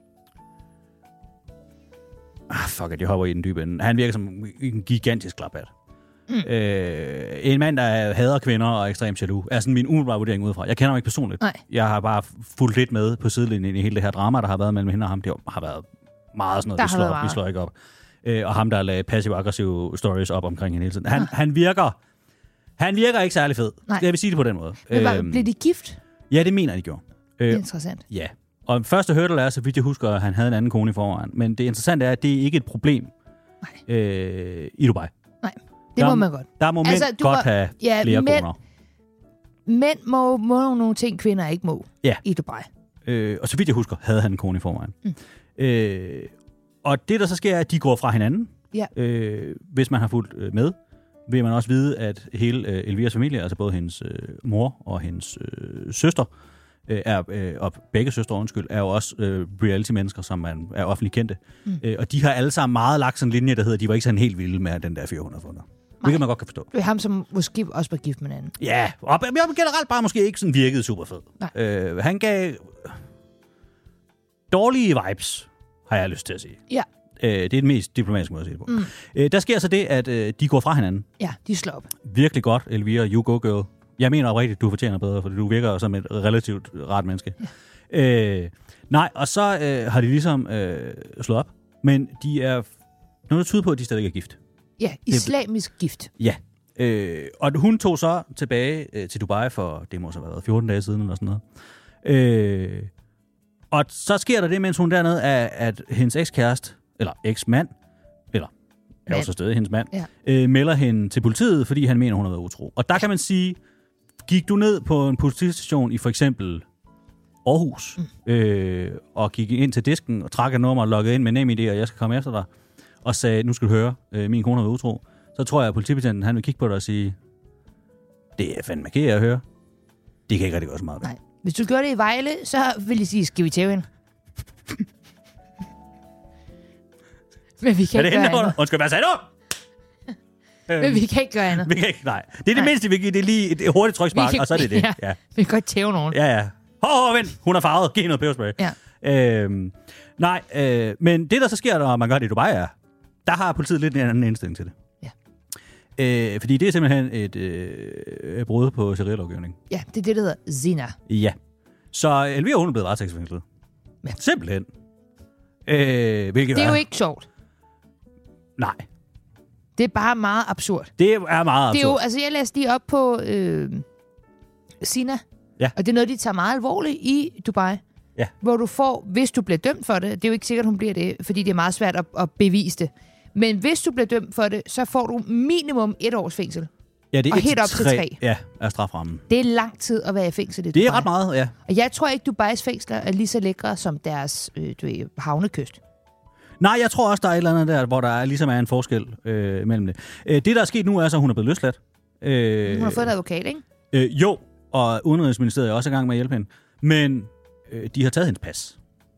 Speaker 1: Ah, fuck it, jeg hopper i den dybe ende. Han virker som en gigantisk klaphat. Mm. Øh, en mand, der hader kvinder og er ekstremt jaloux, er sådan min umiddelbare vurdering udefra. Jeg kender ham ikke personligt.
Speaker 2: Nej.
Speaker 1: Jeg har bare fulgt lidt med på sidelinjen i hele det her drama, der har været mellem hende og ham. Det har været meget sådan noget, vi slår, vi slår ikke op. Øh, og ham, der lagde passive-aggressive stories op omkring hende hele tiden. Han, han virker... Han virker ikke særlig fed. Nej. Jeg vil sige det på den måde.
Speaker 2: Men var, øhm, blev de gift?
Speaker 1: Ja, det mener de gjorde.
Speaker 2: Det er interessant.
Speaker 1: Ja. Og første hurdle er, så vidt jeg husker, at han havde en anden kone i forvejen. Men det interessante er, at det ikke er et problem øh, i Dubai.
Speaker 2: Nej, det
Speaker 1: der,
Speaker 2: må man godt.
Speaker 1: Der må altså, mænd godt var, have ja, flere mænd, koner.
Speaker 2: Mænd må, må nogle ting, kvinder ikke må
Speaker 1: ja.
Speaker 2: i Dubai.
Speaker 1: Øh, og så vidt jeg husker, havde han en kone i forvejen. Mm. Øh, og det, der så sker, er, at de går fra hinanden.
Speaker 2: Ja.
Speaker 1: Øh, hvis man har fulgt øh, med. Vil man også vide, at hele øh, Elviras familie, altså både hendes øh, mor og hendes øh, søster, øh, er, øh, og begge søstre, undskyld, er jo også øh, reality-mennesker, som man er offentligt kendte. Mm. Øh, og de har alle sammen meget lagt sådan en linje, der hedder, de var ikke sådan helt vilde med den der fire hundrede funder. Det kan man godt kan forstå.
Speaker 2: Det er ham, som måske også var gift med en anden.
Speaker 1: Ja, og jeg generelt bare måske ikke sådan virkede super fed. Øh, han gav dårlige vibes, har jeg lyst til at sige.
Speaker 2: Ja.
Speaker 1: Øh, det er den mest diplomatiske måde at sige det på. Mm. Øh, der sker så det, at øh, de går fra hinanden.
Speaker 2: Ja, de slår op.
Speaker 1: Virkelig godt, Elvira, you go girl. Jeg mener oprigtigt, at du fortjener bedre, for du virker som et relativt rart menneske. Ja. Øh, nej, og så øh, har de ligesom øh, slået op, men de er noget tyder på, at de stadig er gift.
Speaker 2: Ja, islamisk gift.
Speaker 1: Ja, øh, og hun tog så tilbage øh, til Dubai for, det må så have været fjorten dage siden eller sådan noget. Øh, og så sker der det, mens hun dernede, er, at hendes ekskæreste, eller eksmand, eller er jo så stadig hendes mand, ja. øh, melder hende til politiet, fordi han mener, hun har været utro. Og der kan man sige, gik du ned på en politistation i for eksempel Aarhus, mm. øh, og gik ind til disken og trak et nummer og loggede ind med NemID, og jeg skal komme efter dig, og sagde, nu skal du høre, øh, min kone har været utro, så tror jeg, at politibetjenten, han vil kigge på dig og sige, det er fandme kære at høre. Det kan ikke rigtig gøre så meget.
Speaker 2: Nej. Hvis du gør det i Vejle, så vil jeg sige, skal vi tæve hende? Men vi kan ikke gøre andet.
Speaker 1: Undskyld, hvad sagde du?
Speaker 2: Men vi kan ikke gøre andet.
Speaker 1: Vi kan ikke, nej. Det er det nej. mindste, vi kan. Det er lige et hurtigt trykspark, og så er det det.
Speaker 2: Ja. Ja. Vi kan godt tæve nogen.
Speaker 1: Ja, ja. Hov, hov, vent. Hun er farvet. Giv noget peberspray. Ja. Øhm, nej, øh, men det, der så sker, når man gør det i Dubai, er, der har politiet lidt en anden indstilling til det. Ja. Øh, fordi det er simpelthen et øh, brud på sharia-lovgivning.
Speaker 2: Ja, det er det, der hedder zina.
Speaker 1: Ja. Så Elvira, hun er blevet varetægtsfængslet. Ja. Simpelthen. Øh, hvilket
Speaker 2: det er
Speaker 1: er
Speaker 2: jo ikke sjovt.
Speaker 1: Nej.
Speaker 2: Det er bare meget absurd.
Speaker 1: Det er meget absurd.
Speaker 2: Det er jo, altså jeg læste lige op på øh, Zina, ja. Og det er noget, de tager meget alvorligt i Dubai. Ja. Hvor du får, hvis du bliver dømt for det, det er jo ikke sikkert, hun bliver det, fordi det er meget svært at, at bevise det. Men hvis du bliver dømt for det, så får du minimum et års fængsel.
Speaker 1: Ja, det er
Speaker 2: og helt op til tre. tre.
Speaker 1: Ja, er straframmen.
Speaker 2: Det er lang tid at være i fængsel i Dubai.
Speaker 1: Det er ret meget, ja.
Speaker 2: Og jeg tror ikke, Dubais fængsler er lige så lækre som deres øh, du ved, havnekyst.
Speaker 1: Nej, jeg tror også, der er et eller andet der, hvor der er, ligesom er en forskel øh, mellem det. Øh, det, der er sket nu, er så, at hun er blevet løsladt.
Speaker 2: Øh, hun har fået en advokat, ikke?
Speaker 1: Øh, jo, og Udenrigsministeriet er også i gang med at hjælpe hende. Men øh, de har taget hendes pas.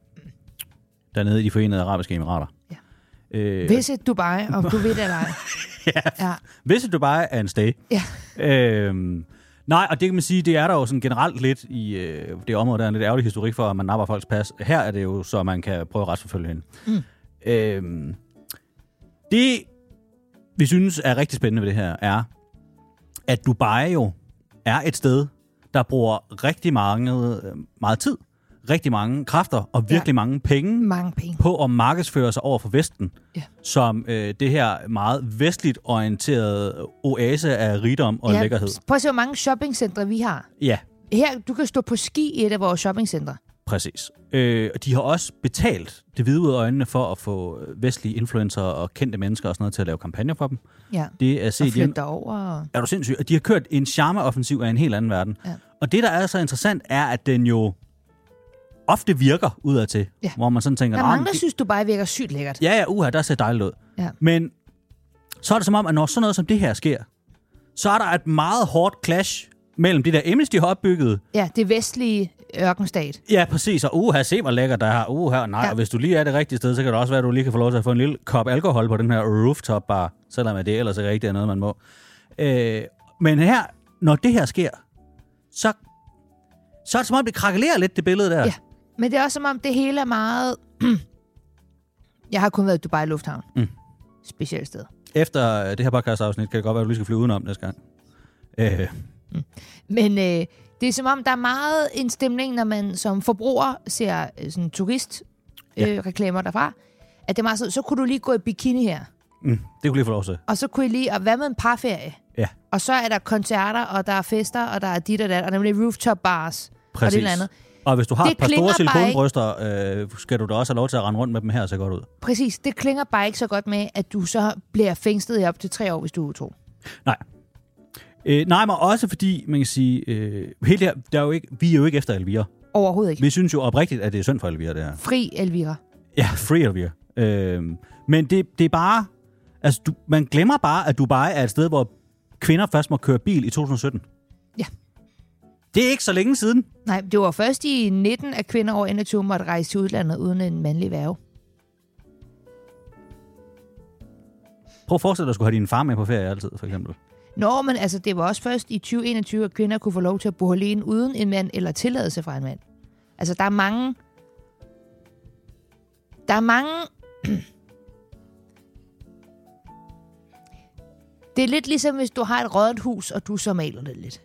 Speaker 1: Dernede i de Forenede Arabiske Emirater. Ja.
Speaker 2: Øh, Visit Dubai, om du ved det eller ej.
Speaker 1: ja, ja. Visit Dubai er en stay. Ja. Øh, nej, og det kan man sige, det er der jo sådan generelt lidt i øh, det område, der er en lidt ærgerlig historik for, at man napper folks pas. Her er det jo, så man kan prøve at retsforfølge hende. Mm. Øhm, det, vi synes er rigtig spændende ved det her, er, at Dubai jo er et sted, der bruger rigtig mange, meget tid, rigtig mange kræfter og virkelig ja. mange, penge
Speaker 2: mange penge
Speaker 1: på at markedsføre sig over for Vesten, ja. som øh, det her meget vestligt orienterede oase af rigdom og ja, lækkerhed.
Speaker 2: Prøv at se, hvor mange shoppingcentre vi har. Ja. Her, du kan stå på ski i et af vores shoppingcentre.
Speaker 1: Præcis. Øh, de har også betalt det hvide ud af øjnene for at få vestlige influencer og kendte mennesker og sådan noget til at lave kampagner for dem.
Speaker 2: Ja,
Speaker 1: det er set
Speaker 2: og flytte derover.
Speaker 1: Er du sindssyg? De har kørt en charmeoffensiv af en helt anden verden. Ja. Og det, der er så interessant, er, at den jo ofte virker udadtil. Ja. Hvor man sådan tænker...
Speaker 2: Der er mange, der synes, du bare virker sygt lækkert.
Speaker 1: Ja, ja, uha, der ser dejligt ud. Ja. Men så er det som om, at når sådan noget som det her sker, så er der et meget hårdt clash mellem det der image, de har opbygget.
Speaker 2: Ja, det vestlige ørkenstat.
Speaker 1: Ja, præcis. Og uha, se hvor lækker der er. Uha, nej, ja. Og hvis du lige er det rigtige sted, så kan det også være, at du lige kan få lov til at få en lille kop alkohol på den her rooftop bar, selvom det ellers ikke rigtigt er noget, man må. Øh, men her, når det her sker, så, så er det som om, det krakelerer lidt, det billede der.
Speaker 2: Ja, men det er også som om, det hele er meget... Jeg har kun været i Dubai Lufthavn. Mm. Specielt sted.
Speaker 1: Efter det her podcast-afsnit, kan det godt være, at du lige skal flyve udenom næste gang. Øh.
Speaker 2: Mm. Men øh, det er som om, der er meget en stemning, når man som forbruger ser sådan turistreklamer øh, ja. derfra, at det er meget så, så kunne du lige gå i bikini her.
Speaker 1: Mm, det kunne lige få lov til.
Speaker 2: Og så kunne I lige, og hvad med en parferie? Ja. Og så er der koncerter, og der er fester, og der er dit og dat, og nemlig rooftop bars,
Speaker 1: præcis.
Speaker 2: Og det eller andet.
Speaker 1: Og hvis du har det et par store silikonebryster, øh, skal du da også have lov til at rende rundt med dem her, så godt ud.
Speaker 2: Præcis, det klinger bare ikke så godt med, at du så bliver fængslet i op til tre år, hvis du er utro.
Speaker 1: Nej. Øh, nej, men også fordi, man kan sige, øh, helt her, der er jo ikke, vi er jo ikke efter Elvira.
Speaker 2: Overhovedet ikke.
Speaker 1: Vi synes jo oprigtigt, at det er synd for Elvira, det her.
Speaker 2: Fri Elvira.
Speaker 1: Ja, fri Elvira. Øh, men det, det er bare, altså du, man glemmer bare, at Dubai er et sted, hvor kvinder først må køre bil i to tusind sytten.
Speaker 2: Ja.
Speaker 1: Det er ikke så længe siden.
Speaker 2: Nej, det var først i nitten, at kvinder over enogtyve måtte rejse til udlandet uden en mandlig værge.
Speaker 1: Prøv at forestille dig, at du skulle have din far med på ferie altid, for eksempel.
Speaker 2: Nå, men altså, det var også først i tyve enogtyve, at kvinder kunne få lov til at bo alene uden en mand eller tilladelse fra en mand. Altså, der er mange... Der er mange... Det er lidt ligesom, hvis du har et rødt hus, og du så maler det lidt.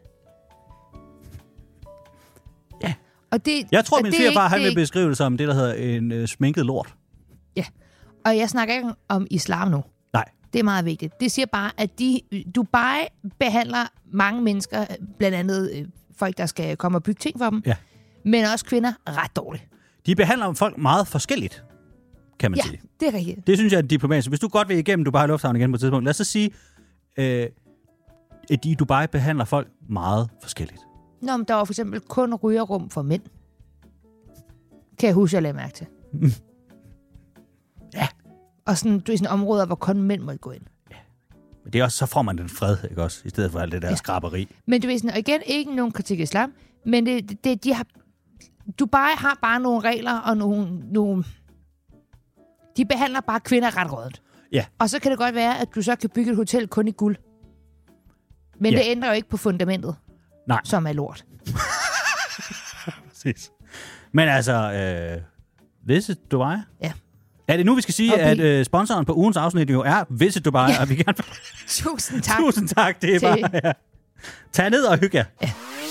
Speaker 1: Ja.
Speaker 2: Og det,
Speaker 1: jeg tror, min svigerfar han vil
Speaker 2: ikke...
Speaker 1: beskrive det som det, der hedder en øh, sminket lort.
Speaker 2: Ja, og jeg snakker ikke om islam nu.
Speaker 1: Nej.
Speaker 2: Det er meget vigtigt. Det siger bare, at de, Dubai behandler mange mennesker, blandt andet øh, folk, der skal komme og bygge ting for dem,
Speaker 1: ja.
Speaker 2: men også kvinder ret dårligt.
Speaker 1: De behandler folk meget forskelligt, kan man
Speaker 2: ja,
Speaker 1: sige.
Speaker 2: Det er rigtigt.
Speaker 1: Det synes jeg er diplomatisk. Hvis du godt vil igennem Dubai Lufthavn igen på et tidspunkt, lad os så sige, øh, at de i Dubai behandler folk meget forskelligt.
Speaker 2: Nå, men der var for eksempel kun rygerrum for mænd. Kan jeg huske, jeg lagde mærke til.
Speaker 1: Mm. Ja.
Speaker 2: Og sådan, du er sådan områder, hvor kun mænd må gå ind.
Speaker 1: Ja. Men det er også, så får man den fred, ikke også? I stedet for alt det der ja. skraberi.
Speaker 2: Men du ved sådan, og igen, ikke nogen kritik af islam, men det, det, de har, Dubai har bare nogle regler og nogle, nogle... De behandler bare kvinder ret rådent.
Speaker 1: Ja.
Speaker 2: Og så kan det godt være, at du så kan bygge et hotel kun i guld. Men ja. det ændrer jo ikke på fundamentet.
Speaker 1: Nej.
Speaker 2: Som er lort.
Speaker 1: Præcis. Men altså, øh, Visit Dubai?
Speaker 2: Ja.
Speaker 1: Er det nu, vi skal sige, at øh, sponsoren på ugens afsnit jo er Visit Dubai, ja. og vi gerne...
Speaker 2: Tusind tak.
Speaker 1: Tusind tak, det er
Speaker 2: til...
Speaker 1: bare... Ja. Tag ned og hygge jer.
Speaker 2: Ja.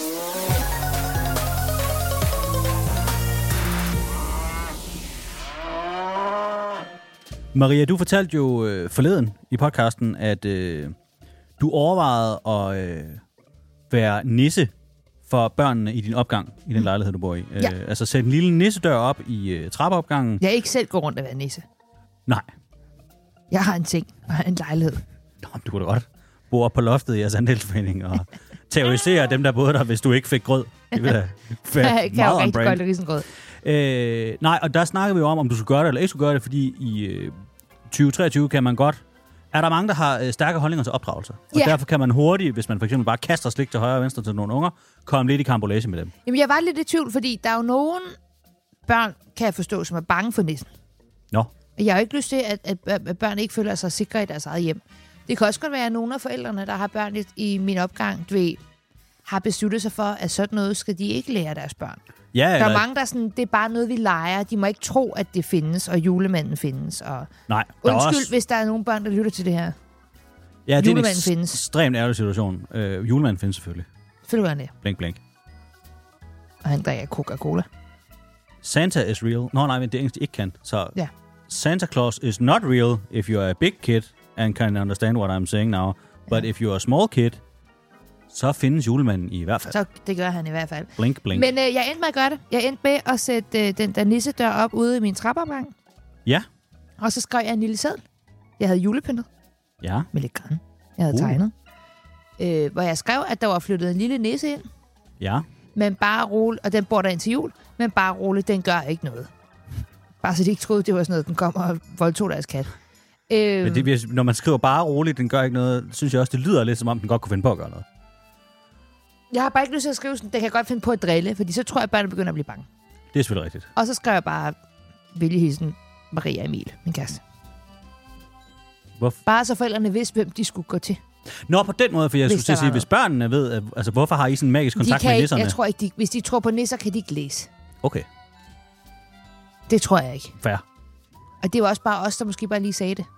Speaker 1: Maria, du fortalte jo øh, forleden i podcasten, at øh, du overvejede at øh, være nisse for børnene i din opgang, i den lejlighed, du bor i.
Speaker 2: Ja.
Speaker 1: Øh, altså sætte en lille nissedør op i øh, trappeopgangen.
Speaker 2: Jeg ikke selv går rundt og være nisse.
Speaker 1: Nej.
Speaker 2: Jeg har en ting og en lejlighed.
Speaker 1: Nå, du kunne da godt bo op på loftet i jeres andelsforening og terrorisere dem, der boede der, hvis du ikke fik grød. Det ville da være
Speaker 2: jeg kan jo rigtig godt lide risengrød.
Speaker 1: Øh, nej, og der snakker vi jo om, om du skulle gøre det eller ikke skulle gøre det, fordi i øh, tyve treogtyve kan man godt... Er der mange, der har øh, stærke holdninger til opdragelse? Og
Speaker 2: yeah.
Speaker 1: derfor kan man hurtigt, hvis man for eksempel bare kaster slik til højre og venstre til nogle unger, komme lidt i karambolage med dem.
Speaker 2: Jamen, jeg var lidt i tvivl, fordi der er jo nogen børn, kan jeg forstå, som er bange for nissen.
Speaker 1: Nå.
Speaker 2: Jeg har jo ikke lyst til, at, at børn ikke føler sig sikre i deres eget hjem. Det kan også godt være, at nogle af forældrene, der har børn i min opgang, du ved, har besluttet sig for, at sådan noget skal de ikke lære deres børn.
Speaker 1: Ja,
Speaker 2: der er
Speaker 1: eller...
Speaker 2: mange, der sådan, det er bare noget, vi leger. De må ikke tro, at det findes, og julemanden findes. Og
Speaker 1: Nej,
Speaker 2: undskyld,
Speaker 1: også...
Speaker 2: hvis der er nogle børn, der lytter til det her.
Speaker 1: Ja, det
Speaker 2: julemanden
Speaker 1: er en eks-
Speaker 2: findes.
Speaker 1: ekstremt ærlig situation. Øh, julemanden findes selvfølgelig.
Speaker 2: Selvfølgelig gør han det.
Speaker 1: Blink, blink.
Speaker 2: Og han drikker Coca-Cola.
Speaker 1: Santa is real. Nå nej, men det er engelsk, de ikke kan. Så
Speaker 2: ja.
Speaker 1: Santa Claus is not real if you're a big kid and can understand what I'm saying now. But ja. if you're a small kid, så findes julemanden i hvert fald.
Speaker 2: Så det gør han i hvert fald.
Speaker 1: Blink, blink.
Speaker 2: Men øh, jeg endte med at gøre det. Jeg endte med at sætte øh, den der nissedør op ude i min trappeopgang.
Speaker 1: Ja.
Speaker 2: Og så skrev jeg en lille seddel. Jeg havde julepyntet.
Speaker 1: Ja.
Speaker 2: Med lidt græn. Jeg havde uh. tegnet. Øh, hvor jeg skrev, at der var flyttet en lille nisse ind.
Speaker 1: Ja.
Speaker 2: Men bare roligt, og den bor der ind til jul, men bare roligt, den gør ikke noget. Bare så de ikke troede, det var sådan noget, den kom og voldtog deres kat. Øh,
Speaker 1: men det, når man skriver bare roligt, den gør ikke noget, synes jeg også, det lyder lidt som om, den godt kunne finde på at gøre noget.
Speaker 2: Jeg har bare ikke lyst til at skrive sådan, den kan godt finde på at drille, fordi så tror jeg, at børnene begynder at blive bange.
Speaker 1: Det er selvfølgelig rigtigt.
Speaker 2: Og så skrev jeg bare, Villehilsen Maria Emil, min kæreste.
Speaker 1: Hvorfor?
Speaker 2: Bare så forældrene vidste, hvem de skulle gå til.
Speaker 1: Nå, på den måde, for jeg
Speaker 2: hvis
Speaker 1: skulle til at sige, hvis børnene ved, altså hvorfor har I sådan en magisk kontakt
Speaker 2: de
Speaker 1: med
Speaker 2: ikke,
Speaker 1: nisserne?
Speaker 2: Jeg tror ikke, de, hvis de tror på nisser, kan de ikke læse.
Speaker 1: Okay.
Speaker 2: Det tror jeg ikke.
Speaker 1: Fair.
Speaker 2: Og det var også bare os, der måske bare lige sagde det.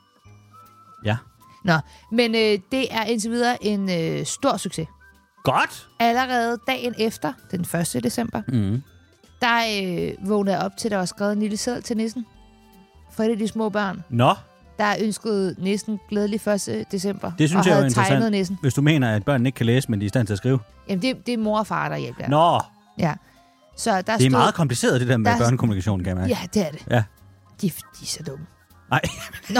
Speaker 1: Ja.
Speaker 2: Nå, men øh, det er indtil videre en øh, stor succes.
Speaker 1: Godt!
Speaker 2: Allerede dagen efter, den første december,
Speaker 1: mm.
Speaker 2: der øh, vågnede jeg op til, der var skrevet en lille seddel til nissen. For et af de små børn.
Speaker 1: Nå.
Speaker 2: Der ønskede nissen glædelig første december.
Speaker 1: Det synes
Speaker 2: og
Speaker 1: jeg
Speaker 2: havde
Speaker 1: er interessant,
Speaker 2: nissen.
Speaker 1: Hvis du mener, at børnene ikke kan læse, men de er i stand til at skrive.
Speaker 2: Jamen, det, det er mor og far, der hjælper.
Speaker 1: Nå.
Speaker 2: Ja. Så der
Speaker 1: det er
Speaker 2: stod,
Speaker 1: meget kompliceret, det der med der, børnekommunikation, kan jeg mærke.
Speaker 2: Ja, det er det.
Speaker 1: Ja.
Speaker 2: De, de er så dumme.
Speaker 1: Nej.
Speaker 2: Nå.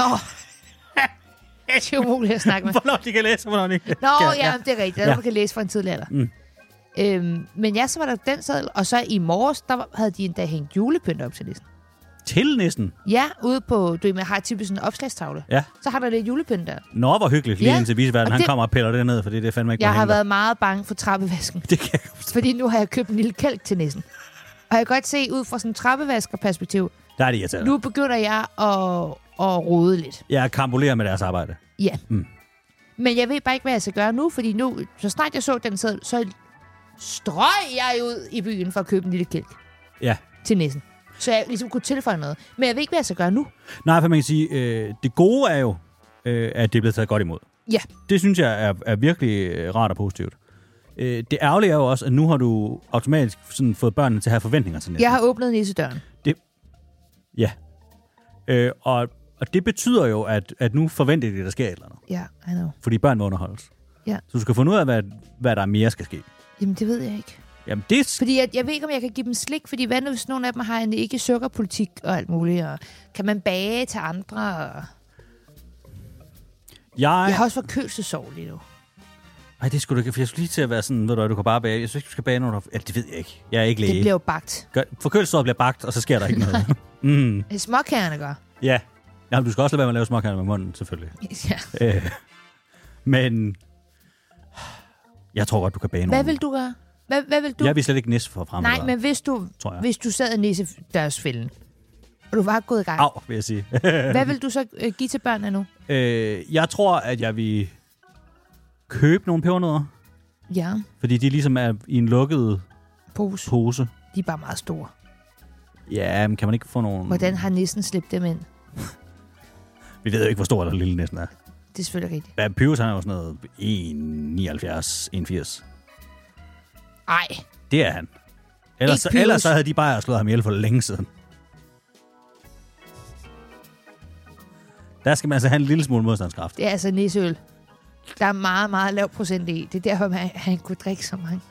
Speaker 2: Det er umuligt at snakke med.
Speaker 1: Hvornår de kan læse, hvornår de ikke
Speaker 2: Nå,
Speaker 1: kan.
Speaker 2: ja, ja, det er rigtigt. Der er ja. Man kan læse fra en tidlig alder. Mm. Øhm, men ja, så var der den seddel, og så i morges, der havde de endda hængt julepynt op til nissen.
Speaker 1: Til nissen?
Speaker 2: Ja, ude på, du har typisk sådan en opslagstavle.
Speaker 1: Ja.
Speaker 2: Så har der lidt julepynt der.
Speaker 1: Nå, hvor hyggeligt. Lige
Speaker 2: ja.
Speaker 1: indtil viseverden, han
Speaker 2: det,
Speaker 1: kommer og piller det ned, fordi det er fandme ikke
Speaker 2: Jeg har
Speaker 1: henter.
Speaker 2: været meget bange for trappevasken.
Speaker 1: Det kan jeg forstå.
Speaker 2: Fordi nu har jeg købt en lille kælk til nissen. Og jeg kan godt se, ud fra sådan en trappevaskerperspektiv,
Speaker 1: der er det irriterende.
Speaker 2: Nu begynder jeg at, at rode lidt.
Speaker 1: Jeg karambolerer med deres arbejde.
Speaker 2: Ja.
Speaker 1: Mm.
Speaker 2: Men jeg ved bare ikke, hvad jeg skal gøre nu, fordi nu, så snart jeg så den seddel, så strøg jeg ud i byen for at købe en lille kælk.
Speaker 1: Ja.
Speaker 2: Til nissen. Så jeg ligesom kunne tilføje noget. Men jeg ved ikke, hvad jeg skal gøre nu.
Speaker 1: Nej, for man kan sige, øh, det gode er jo, øh, at det er blevet taget godt imod.
Speaker 2: Ja.
Speaker 1: Det synes jeg er, er virkelig øh, rart og positivt. Øh, det ærgerlige er jo også, at nu har du automatisk sådan fået børnene til at have forventninger til nissen.
Speaker 2: Jeg har åbnet nissedøren.
Speaker 1: Det, ja. Øh, og, og det betyder jo, at, at nu forventer de, at der sker et eller andet.
Speaker 2: Ja, I know.
Speaker 1: Fordi børn må underholdes.
Speaker 2: Ja.
Speaker 1: Så du skal finde ud af, hvad, hvad der mere skal ske.
Speaker 2: Jamen, det ved jeg ikke.
Speaker 1: Jamen, det...
Speaker 2: Fordi jeg, jeg ved ikke, om jeg kan give dem slik, fordi hvad nu, hvis nogle af dem har en ikke-sukkerpolitik og alt muligt, og kan man bage til andre? Og...
Speaker 1: Jeg...
Speaker 2: jeg har også forkølelsesår lige nu.
Speaker 1: Nej, det skulle du ikke, for jeg skulle lige til at være sådan, ved du, du kan bare bage. Jeg synes ikke, du skal bage noget. Ja, det ved jeg ikke. Jeg er ikke læge.
Speaker 2: Det bliver jo bagt.
Speaker 1: Gør... Forkølelsesåret bliver bagt, og så sker der ikke noget. mm.
Speaker 2: Småkagerne gør.
Speaker 1: Ja. Jamen, du skal også lade være med at lave småkager med munden, selvfølgelig.
Speaker 2: Ja.
Speaker 1: Øh, men jeg tror godt, du kan bage noget.
Speaker 2: Hvad vil du gøre? Hvad, hvad vil du?
Speaker 1: Jeg vil slet ikke nisse for fremad.
Speaker 2: Nej, men hvis du, hvis du sad i nissedørsfælden, og du var gået i gang.
Speaker 1: Au, vil jeg sige.
Speaker 2: Hvad vil du så øh, give til børnene nu?
Speaker 1: Øh, jeg tror, at jeg vil købe nogle pebernødder.
Speaker 2: Ja.
Speaker 1: Fordi de ligesom er i en lukket
Speaker 2: pose.
Speaker 1: pose.
Speaker 2: De er bare meget store.
Speaker 1: Ja, men kan man ikke få nogle...
Speaker 2: Hvordan har nissen slæbt dem ind?
Speaker 1: Vi ved jo ikke, hvor stor eller lille næsten er.
Speaker 2: Det er selvfølgelig rigtigt.
Speaker 1: Ja, Pyrus, han er jo sådan noget en komma nioghalvfjerds en komma firs.
Speaker 2: Ej.
Speaker 1: Det er han. Ellers, så, ellers så havde de bare slået ham ihjel for længe siden. Der skal man altså have en lille smule modstandskraft.
Speaker 2: Det er altså nisseøl. Der er meget, meget lav procent i. Det er derfor, man, han kunne drikke så mange.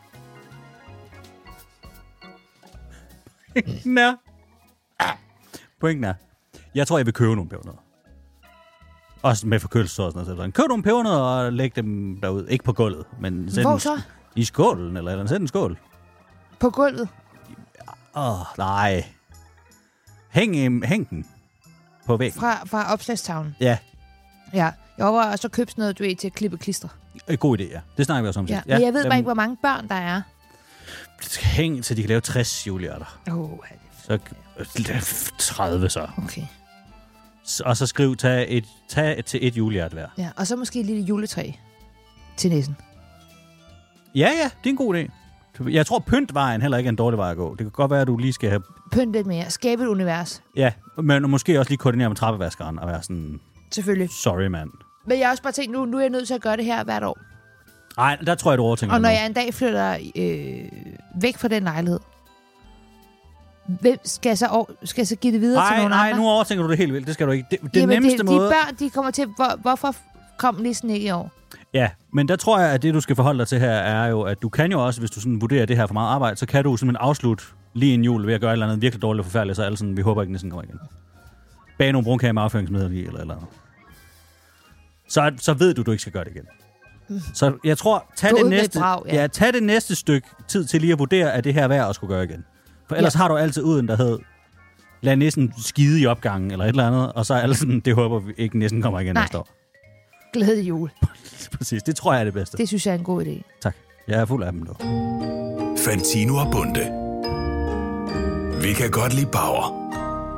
Speaker 1: Pointen er... Pointen er... Jeg tror, jeg vil købe nogle pebernødder. Også med forkølelsesår og sådan noget. Køb nogle pebernødder og læg dem derud. Ikke på gulvet, men...
Speaker 2: Hvor så?
Speaker 1: I skålen, eller, eller sæt en skål.
Speaker 2: På gulvet?
Speaker 1: Åh, oh, nej. Hæng, hæng den på væggen.
Speaker 2: Fra, fra opslagstavlen?
Speaker 1: Ja.
Speaker 2: Ja. Jeg overvejer også at købe sådan noget, du ved, til at klippe klister.
Speaker 1: God idé, ja. Det snakker vi også om.
Speaker 2: Ja. Ja, men jeg ved dem... bare ikke, hvor mange børn der er.
Speaker 1: Det skal hænge, så de kan lave tres julehjerter.
Speaker 2: Åh, oh,
Speaker 1: så tredive så.
Speaker 2: Okay.
Speaker 1: Og så skriv, tag, et, tag et, til et julehjert hver.
Speaker 2: Ja, og så måske et lille juletræ til nissen.
Speaker 1: Ja, ja, det er en god idé. Jeg tror, pyntvejen heller ikke er en dårlig vej at gå. Det kan godt være, at du lige skal have...
Speaker 2: Pynt lidt mere. Skabe et univers.
Speaker 1: Ja, men måske også lige koordinere med trappevaskeren og være sådan...
Speaker 2: Selvfølgelig.
Speaker 1: Sorry, mand.
Speaker 2: Men jeg har også bare tænkt, nu, nu er jeg nødt til at gøre det her hvert år.
Speaker 1: Nej, der tror jeg, du overtænker.
Speaker 2: Og når jeg en dag flytter øh, væk fra den lejlighed, hvem skal jeg så, over, skal jeg så give det videre
Speaker 1: ej,
Speaker 2: til nogle
Speaker 1: nej,
Speaker 2: andre?
Speaker 1: Nej, nu overtænker du det helt vildt. Det skal du ikke. Det, det
Speaker 2: Jamen,
Speaker 1: nemmeste
Speaker 2: det,
Speaker 1: måde...
Speaker 2: De børn, de kommer til... Hvor, hvorfor kom nissen ikke i år?
Speaker 1: Ja, men der tror jeg, at det, du skal forholde dig til her, er jo, at du kan jo også, hvis du sådan vurderer det her for meget arbejde, så kan du simpelthen afslutte lige en jul ved at gøre et eller andet virkelig dårligt og forfærdeligt, så alle sådan, vi håber ikke, nissen kommer igen. Bag nogle brunkager med afføringsmidler i, eller eller andet. Så, så ved du, du ikke skal gøre det igen. Mm. Så jeg tror, tag det, næste,
Speaker 2: brag, ja.
Speaker 1: Ja, tag det næste stykke tid til lige at vurdere, at det her er værd at skulle gøre igen. For ellers ja. har du altid uden, der hed, lad nissen skide i opgangen, eller et eller andet, og så er alle sådan, det håber vi ikke, nissen kommer igen
Speaker 2: Nej.
Speaker 1: næste år.
Speaker 2: Glædelig jul.
Speaker 1: Præcis, det tror jeg er det bedste.
Speaker 2: Det synes jeg er en god idé.
Speaker 1: Tak. Jeg er fuld af dem nu.
Speaker 3: Fantino og Bunde. Vi kan godt lide Bauer.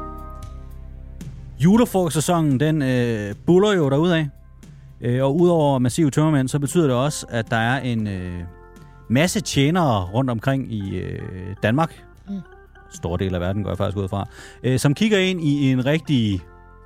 Speaker 1: Julefrokostsæsonen, den øh, buller jo derudad. Øh, og udover massive tømmermænd, så betyder det også, at der er en øh, masse tjenere rundt omkring i øh, Danmark. Mm. Stor del af verden går jeg faktisk ud fra. Øh, som kigger ind i en rigtig...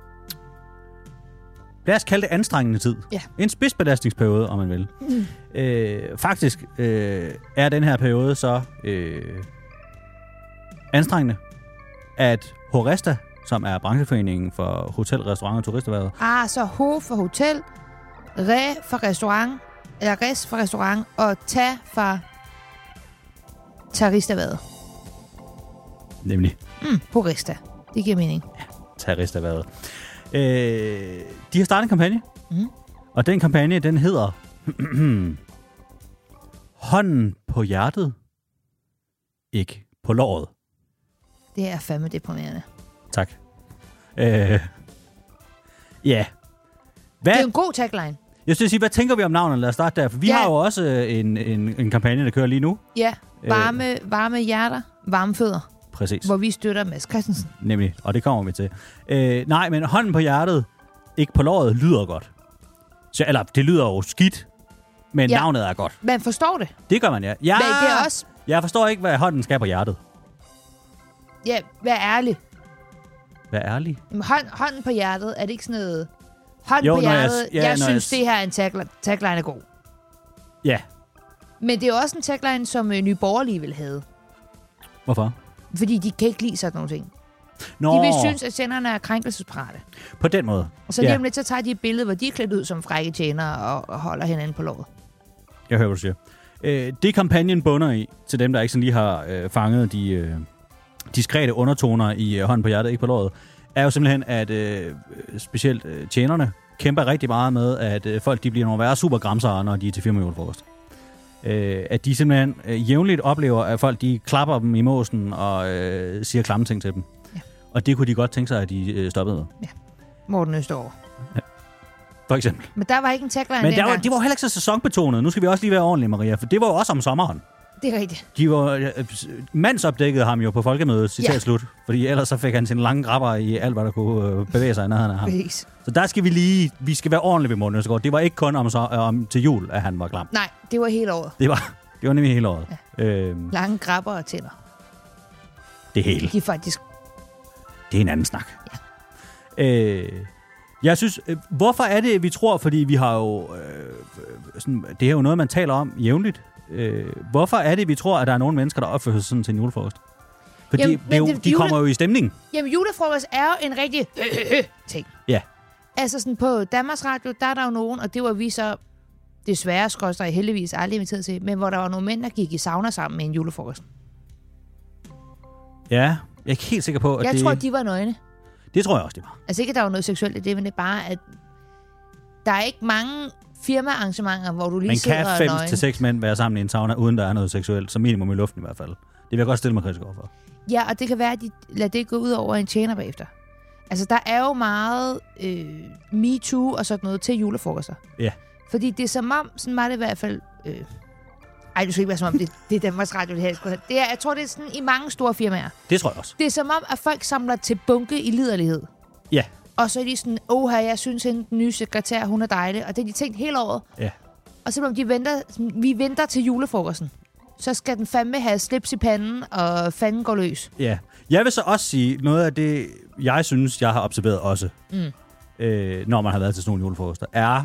Speaker 1: Lad os kalde det anstrengende tid.
Speaker 2: Ja.
Speaker 1: En spidsbelastningsperiode, om man vil. Mm. Øh, faktisk øh, er den her periode så øh, anstrengende, at Horesta, som er brancheforeningen for hotel, restaurant og turisterhvervet.
Speaker 2: Ah, så Ho for hotel, Re for restaurant, eller Res for restaurant, og Ta for turisterhvervet.
Speaker 1: Nemlig.
Speaker 2: Mm, Horesta. Det giver mening.
Speaker 1: Ja, turisterhvervet. Øh, de har startet en kampagne,
Speaker 2: mm.
Speaker 1: og den kampagne, den hedder Hånden på hjertet, ikke på låret.
Speaker 2: Det er fandme deprimerende.
Speaker 1: Tak. Øh, ja. Hvad?
Speaker 2: Det er en god tagline.
Speaker 1: Jeg skal sige, hvad tænker vi om navnet? Lad os starte der. For vi ja. har jo også en, en, en kampagne, der kører lige nu.
Speaker 2: Ja, varme, varme hjerter, varme fødder.
Speaker 1: Præcis.
Speaker 2: Hvor vi støtter Mads Christensen.
Speaker 1: Nemlig, og det kommer vi til. Øh, nej, men hånden på hjertet, ikke på låret, lyder godt. Så, eller, det lyder jo skidt, men ja. navnet er godt.
Speaker 2: Man forstår det.
Speaker 1: Det gør man, ja. ja
Speaker 2: men det er også...
Speaker 1: Jeg forstår ikke, hvad hånden skal på hjertet.
Speaker 2: Ja, vær ærlig.
Speaker 1: Vær ærlig?
Speaker 2: Hånd, hånden på hjertet, er det ikke sådan noget... Hånden
Speaker 1: jo,
Speaker 2: på hjertet,
Speaker 1: jeg, ja,
Speaker 2: jeg synes,
Speaker 1: jeg...
Speaker 2: det her er en tagline, tagline er god.
Speaker 1: Ja.
Speaker 2: Men det er også en tagline, som Nye Borgerlige vil have.
Speaker 1: Hvorfor?
Speaker 2: Fordi de kan ikke lide sådan nogle ting.
Speaker 1: Nå.
Speaker 2: De vil synes, at tjenerne er krænkelsesparate.
Speaker 1: På den måde.
Speaker 2: Og så lige om lidt, så tager de et billede, hvor de er klædt ud som frække tjenere og holder hinanden på låret.
Speaker 1: Jeg hører, hvad du siger. Øh, det kampagnen bunder i, til dem, der ikke sådan lige har øh, fanget de øh, diskrete undertoner i øh, hånden på hjertet, ikke på låret, er jo simpelthen, at øh, specielt øh, tjenerne kæmper rigtig meget med, at øh, folk de bliver nogle værre supergramsere, når de er til firma-julefrokost. Øh, at de simpelthen øh, jævnligt oplever, at folk de klapper dem i måsen og øh, siger klamme ting til dem. Ja. Og det kunne de godt tænke sig, at de øh, stoppede med.
Speaker 2: Ja. Morten Østergaard.
Speaker 1: Ja. For eksempel.
Speaker 2: Men der var ikke en tagline
Speaker 1: Men der var, det var jo heller ikke så sæsonbetonet. Nu skal vi også lige være ordentlige, Maria, for det var jo også om sommeren.
Speaker 2: Det er rigtigt.
Speaker 1: De var, mandsopdækkede ham jo på folkemødet, citat ja. slut, fordi ellers så fik han sin lange grabber i alt, hvad der kunne bevæge sig i nærheden af ham.
Speaker 2: Præcis.
Speaker 1: Så der skal vi lige, vi skal være ordentlige ved Morten Østergaard. Det var ikke kun om, så, om til jul, at han var klam.
Speaker 2: Nej, det var hele året.
Speaker 1: Det var, det var nemlig hele året.
Speaker 2: Ja.
Speaker 1: Øhm,
Speaker 2: lange grabber og tænder.
Speaker 1: Det hele.
Speaker 2: De er faktisk...
Speaker 1: Det er en anden snak. Ja. Øh, jeg synes, øh, hvorfor er det, vi tror, fordi vi har jo, øh, sådan, det er jo noget, man taler om jævnligt. Øh, hvorfor er det, vi tror, at der er nogle mennesker, der opfører sig sådan til en julefrokost? Fordi Jamen, det, jo, det, de jule... kommer jo i stemning.
Speaker 2: Jamen, julefrokost er jo en rigtig øh, ting.
Speaker 1: Ja.
Speaker 2: Altså sådan på Danmarks Radio, der er der jo nogen, og det var vi så desværre skorster jeg heldigvis aldrig inviteret til, men hvor der var nogle mænd, der gik i sauna sammen med en julefrokost.
Speaker 1: Ja, jeg er ikke helt sikker på, at
Speaker 2: jeg
Speaker 1: det...
Speaker 2: Jeg tror, de var nøgne.
Speaker 1: Det tror jeg også, det var.
Speaker 2: Altså ikke, at der var noget seksuelt i det, men det er bare, at der er ikke mange firmaarrangementer, hvor du lige
Speaker 1: men
Speaker 2: sidder og
Speaker 1: kan
Speaker 2: nøgen.
Speaker 1: fem til seks mænd være sammen i en sauna, uden der er noget seksuelt, som minimum i luften i hvert fald. Det vil jeg godt stille mig kritisk overfor.
Speaker 2: Ja, og det kan være, at de lader det gå ud over en tjener bagefter. Altså, der er jo meget øh, MeToo og sådan noget til julefrokoster.
Speaker 1: Ja.
Speaker 2: Fordi det er som om, sådan var det i hvert fald... Øh, ej, det skal ikke være som om, det, det er Danmarks Radio, det her. Det er, jeg tror, det er sådan i mange store firmaer.
Speaker 1: Det tror jeg også.
Speaker 2: Det er som om, at folk samler til bunke i liderlighed.
Speaker 1: Ja.
Speaker 2: Og så er de sådan, åh, jeg synes, at den nye sekretær, hun er dejlig. Og det har de tænkt hele året.
Speaker 1: Ja.
Speaker 2: Og så de venter, vi venter til julefrokosten. Så skal den fandme have slips i panden, og fanden går løs.
Speaker 1: Ja. Jeg vil så også sige, noget af det, jeg synes, jeg har observeret også,
Speaker 2: mm.
Speaker 1: øh, når man har været til sådan nogle julefrokoster, er,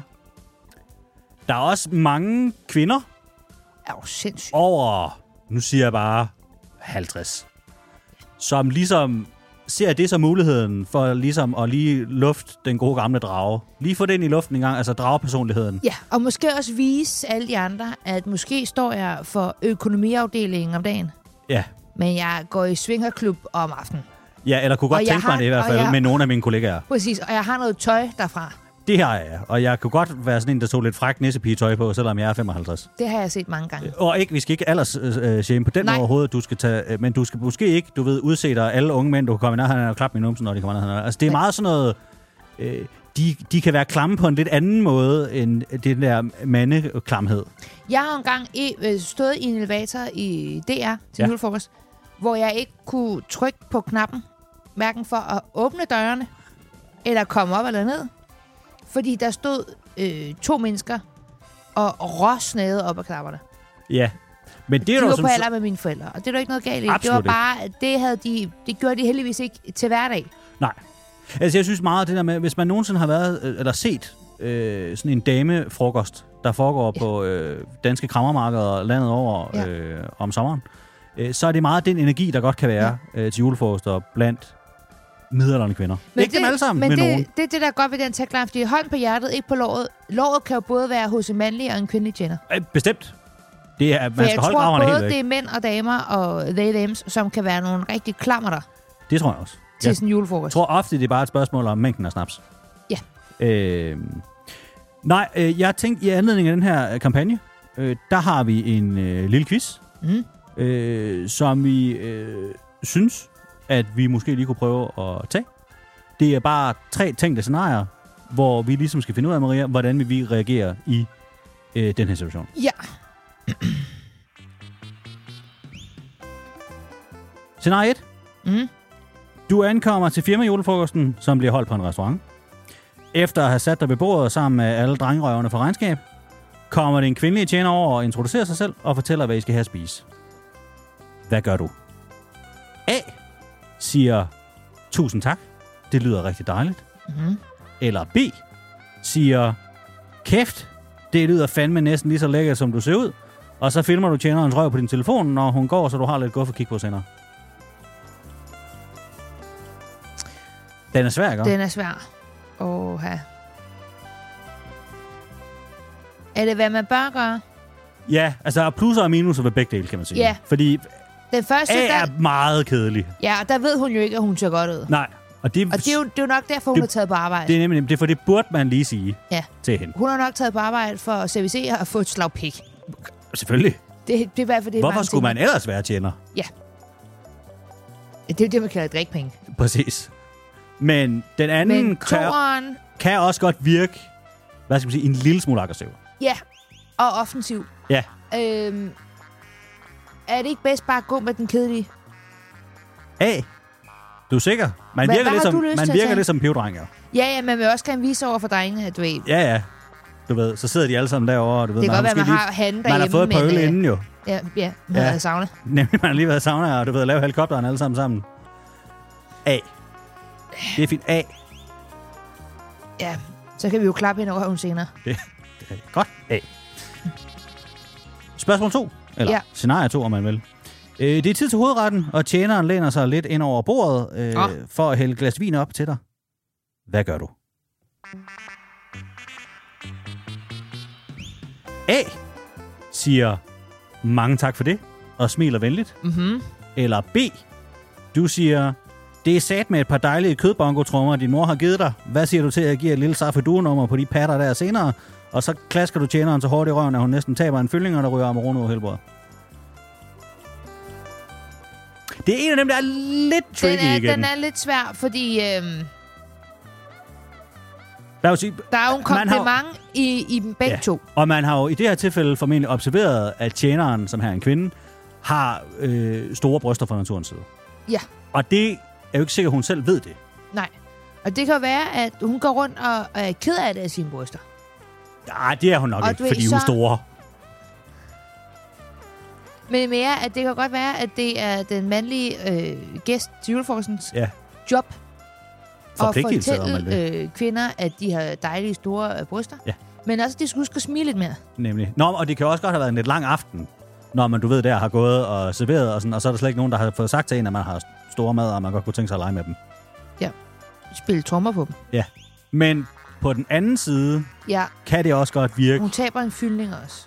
Speaker 1: der er også mange kvinder,
Speaker 2: er jo sindssygt.
Speaker 1: Over, nu siger jeg bare, halvtreds. Som ligesom ser det som muligheden for ligesom at lige lufte den gode gamle drage. Lige få den i luften en gang, altså dragepersonligheden.
Speaker 2: Ja, og måske også vise alle de andre, at måske står jeg for økonomiafdelingen om dagen.
Speaker 1: Ja.
Speaker 2: Men jeg går i svingerklub om aftenen.
Speaker 1: Ja, eller kunne godt tænke har, mig det i hvert fald jeg, med nogle af mine kollegaer.
Speaker 2: Præcis, og jeg har noget tøj derfra.
Speaker 1: Det har jeg, og jeg kunne godt være sådan en, der tog lidt fræk nissepigetøj på, selvom jeg er femoghalvtreds.
Speaker 2: Det har jeg set mange gange.
Speaker 1: Og ikke, vi skal ikke aldersshame på den måde overhovedet, du skal tage, men du skal måske ikke, du ved, udse dig alle unge mænd, du kan komme i nærheden og klappe i numsen, når de kommer nærheden. Altså, det er Nej. meget sådan noget, øh, de, de kan være klamme på en lidt anden måde, end det der mandeklamhed. Jeg
Speaker 2: har engang i, stået i en elevator i D R til ja. julefrokost, hvor jeg ikke kunne trykke på knappen, hverken for at åbne dørene, eller komme op eller ned. Fordi der stod øh, to mennesker og råsnede op ad knapperne.
Speaker 1: Ja. Men det er
Speaker 2: de var
Speaker 1: som
Speaker 2: på alder med mine forældre, og det er der ikke noget galt i. Det var bare, at det, havde de, det gjorde de heldigvis ikke til hverdag.
Speaker 1: Nej. Altså jeg synes meget af det der med, hvis man nogensinde har været, eller set øh, sådan en damefrokost, der foregår ja. på øh, danske krammermarkeder landet over ja. øh, om sommeren, øh, så er det meget den energi, der godt kan være ja. øh, til julefrokoster blandt midaldrende kvinder. Men ikke det, dem alle sammen,
Speaker 2: men
Speaker 1: med
Speaker 2: det,
Speaker 1: nogen.
Speaker 2: det er det, der er godt ved den tagline, fordi hånd på hjertet, ikke på låret. Låret kan jo både være hos en mandlig og en kvindelig tjener.
Speaker 1: Bestemt. Det er, man skal holde graverne helt væk.
Speaker 2: Jeg tror både, det er mænd og damer og they thems, som kan være nogle rigtig klammerter.
Speaker 1: Det tror jeg også.
Speaker 2: Til sådan en julefrokost.
Speaker 1: Jeg tror ofte, det er bare et spørgsmål om mængden af snaps.
Speaker 2: Ja.
Speaker 1: Øh, nej, øh, jeg tænkte, i anledning af den her kampagne, øh, der har vi en øh, lille quiz,
Speaker 2: mm.
Speaker 1: øh, som vi øh, synes at vi måske lige kunne prøve at tage. Det er bare tre tænkte scenarier, hvor vi ligesom skal finde ud af, Maria, hvordan vi vil reagere i øh, den her situation.
Speaker 2: Ja.
Speaker 1: Scenarie et.
Speaker 2: Mm.
Speaker 1: Du ankommer til firmajulefrokosten, som bliver holdt på en restaurant. Efter at have sat dig ved bordet sammen med alle drengerøverne fra regnskab, kommer det en kvindelig tjener over og introducerer sig selv og fortæller, hvad I skal have at spise. Hvad gør du? A. Siger, tusind tak. Det lyder rigtig dejligt.
Speaker 2: Mm.
Speaker 1: Eller B. Siger, kæft. Det lyder fandme næsten lige så lækkert, som du ser ud. Og så filmer du tjenerens røv på din telefon, når hun går, så du har lidt godt for kig på sender. Den er svær, ikke?
Speaker 2: Den er svær. Åh, ja. Er det, hvad man bør gøre?
Speaker 1: Ja, altså plusser og minuser ved begge dele, kan man sige.
Speaker 2: Ja.
Speaker 1: Fordi
Speaker 2: den første,
Speaker 1: A
Speaker 2: der...
Speaker 1: er meget kedelig.
Speaker 2: Ja, og der ved hun jo ikke, at hun ser godt ud.
Speaker 1: Nej. Og det,
Speaker 2: og det, er, jo, det er jo nok derfor, hun
Speaker 1: det,
Speaker 2: har taget på arbejde.
Speaker 1: Det er nemlig det, er for det burde man lige sige
Speaker 2: ja.
Speaker 1: til hende.
Speaker 2: Hun har nok taget på arbejde for at servicere og få et slag pik.
Speaker 1: Selvfølgelig.
Speaker 2: Det, det er i hvert fald det,
Speaker 1: hvorfor skulle man ellers være tjener?
Speaker 2: Ja. Det er det, man kalder drikpenge.
Speaker 1: Præcis. Men den anden
Speaker 2: Men
Speaker 1: kan, kan også godt virke, hvad skal man sige, en lille smule aggressiv.
Speaker 2: Ja, og offensiv.
Speaker 1: Ja.
Speaker 2: Øhm, er det ikke bedst bare at gå med den kedelige?
Speaker 1: A. Du er sikker? Man
Speaker 2: Hva,
Speaker 1: virker, lidt som, man virker lidt som en pivdreng, ja.
Speaker 2: Ja, ja, man vil også gerne vise over for drengene, at du ved.
Speaker 1: Ja, ja. Du ved, så sidder de alle sammen derovre, og du ved,
Speaker 2: det kan
Speaker 1: man
Speaker 2: godt være, man har handen derhjemme.
Speaker 1: Man har fået et par øl inden, jo.
Speaker 2: Ja, ja, man ja. har været sauna.
Speaker 1: Nemlig, man har lige været sauna, og du ved, lave helikopteren alle sammen sammen. A. Det er fint. A.
Speaker 2: Ja, så kan vi jo klappe hende over hun senere.
Speaker 1: Det, det er godt. A. Spørgsmål to. Eller ja. Scenarie to, om man vil. Øh, det er tid til hovedretten, og tjeneren læner sig lidt ind over bordet øh, oh. for at hælde et glas vin op til dig. Hvad gør du? A. Siger mange tak for det, og smiler venligt.
Speaker 2: Mm-hmm.
Speaker 1: Eller B. Du siger, det er sat med et par dejlige kødbongotrummer, din mor har givet dig. Hvad siger du til at give et lille safedue-nummer på de patter der senere? Og så klasker du tjeneren så hårdt i røven, at hun næsten taber en fylling, og der ryger Amarone over helbordet. Det er en af dem, der er lidt tricky
Speaker 2: den er,
Speaker 1: igen.
Speaker 2: Den er lidt svær, fordi øhm,
Speaker 1: der, sige,
Speaker 2: der er jo en kompliment har, i, i dem begge ja. to.
Speaker 1: Og man har jo i det her tilfælde formentlig observeret, at tjeneren, som her er en kvinde, har øh, store bryster fra naturens side.
Speaker 2: Ja.
Speaker 1: Og det er jo ikke sikkert, at hun selv ved det.
Speaker 2: Nej. Og det kan være, at hun går rundt og er ked af det af sine bryster.
Speaker 1: Nej, det er hun nok og ikke, fordi så... hun er store.
Speaker 2: Men mere, at det kan godt være, at det er den mandlige øh, gæst til julefrokostens ja. job at fortælle øh, kvinder, at de har dejlige store øh, bryster. Ja. Men også, at de skal huske at smile lidt mere.
Speaker 1: Nemlig. Nå, og det kan også godt have været en lidt lang aften, når man, du ved, der har gået og serveret, og, sådan, og så er der slet ikke nogen, der har fået sagt til en, at man har store mad, og man godt kunne tænke sig at lege med dem.
Speaker 2: Ja. Spille trommer på dem.
Speaker 1: Ja. Men på den anden side,
Speaker 2: ja.
Speaker 1: kan det også godt virke...
Speaker 2: Hun taber en fyldning også.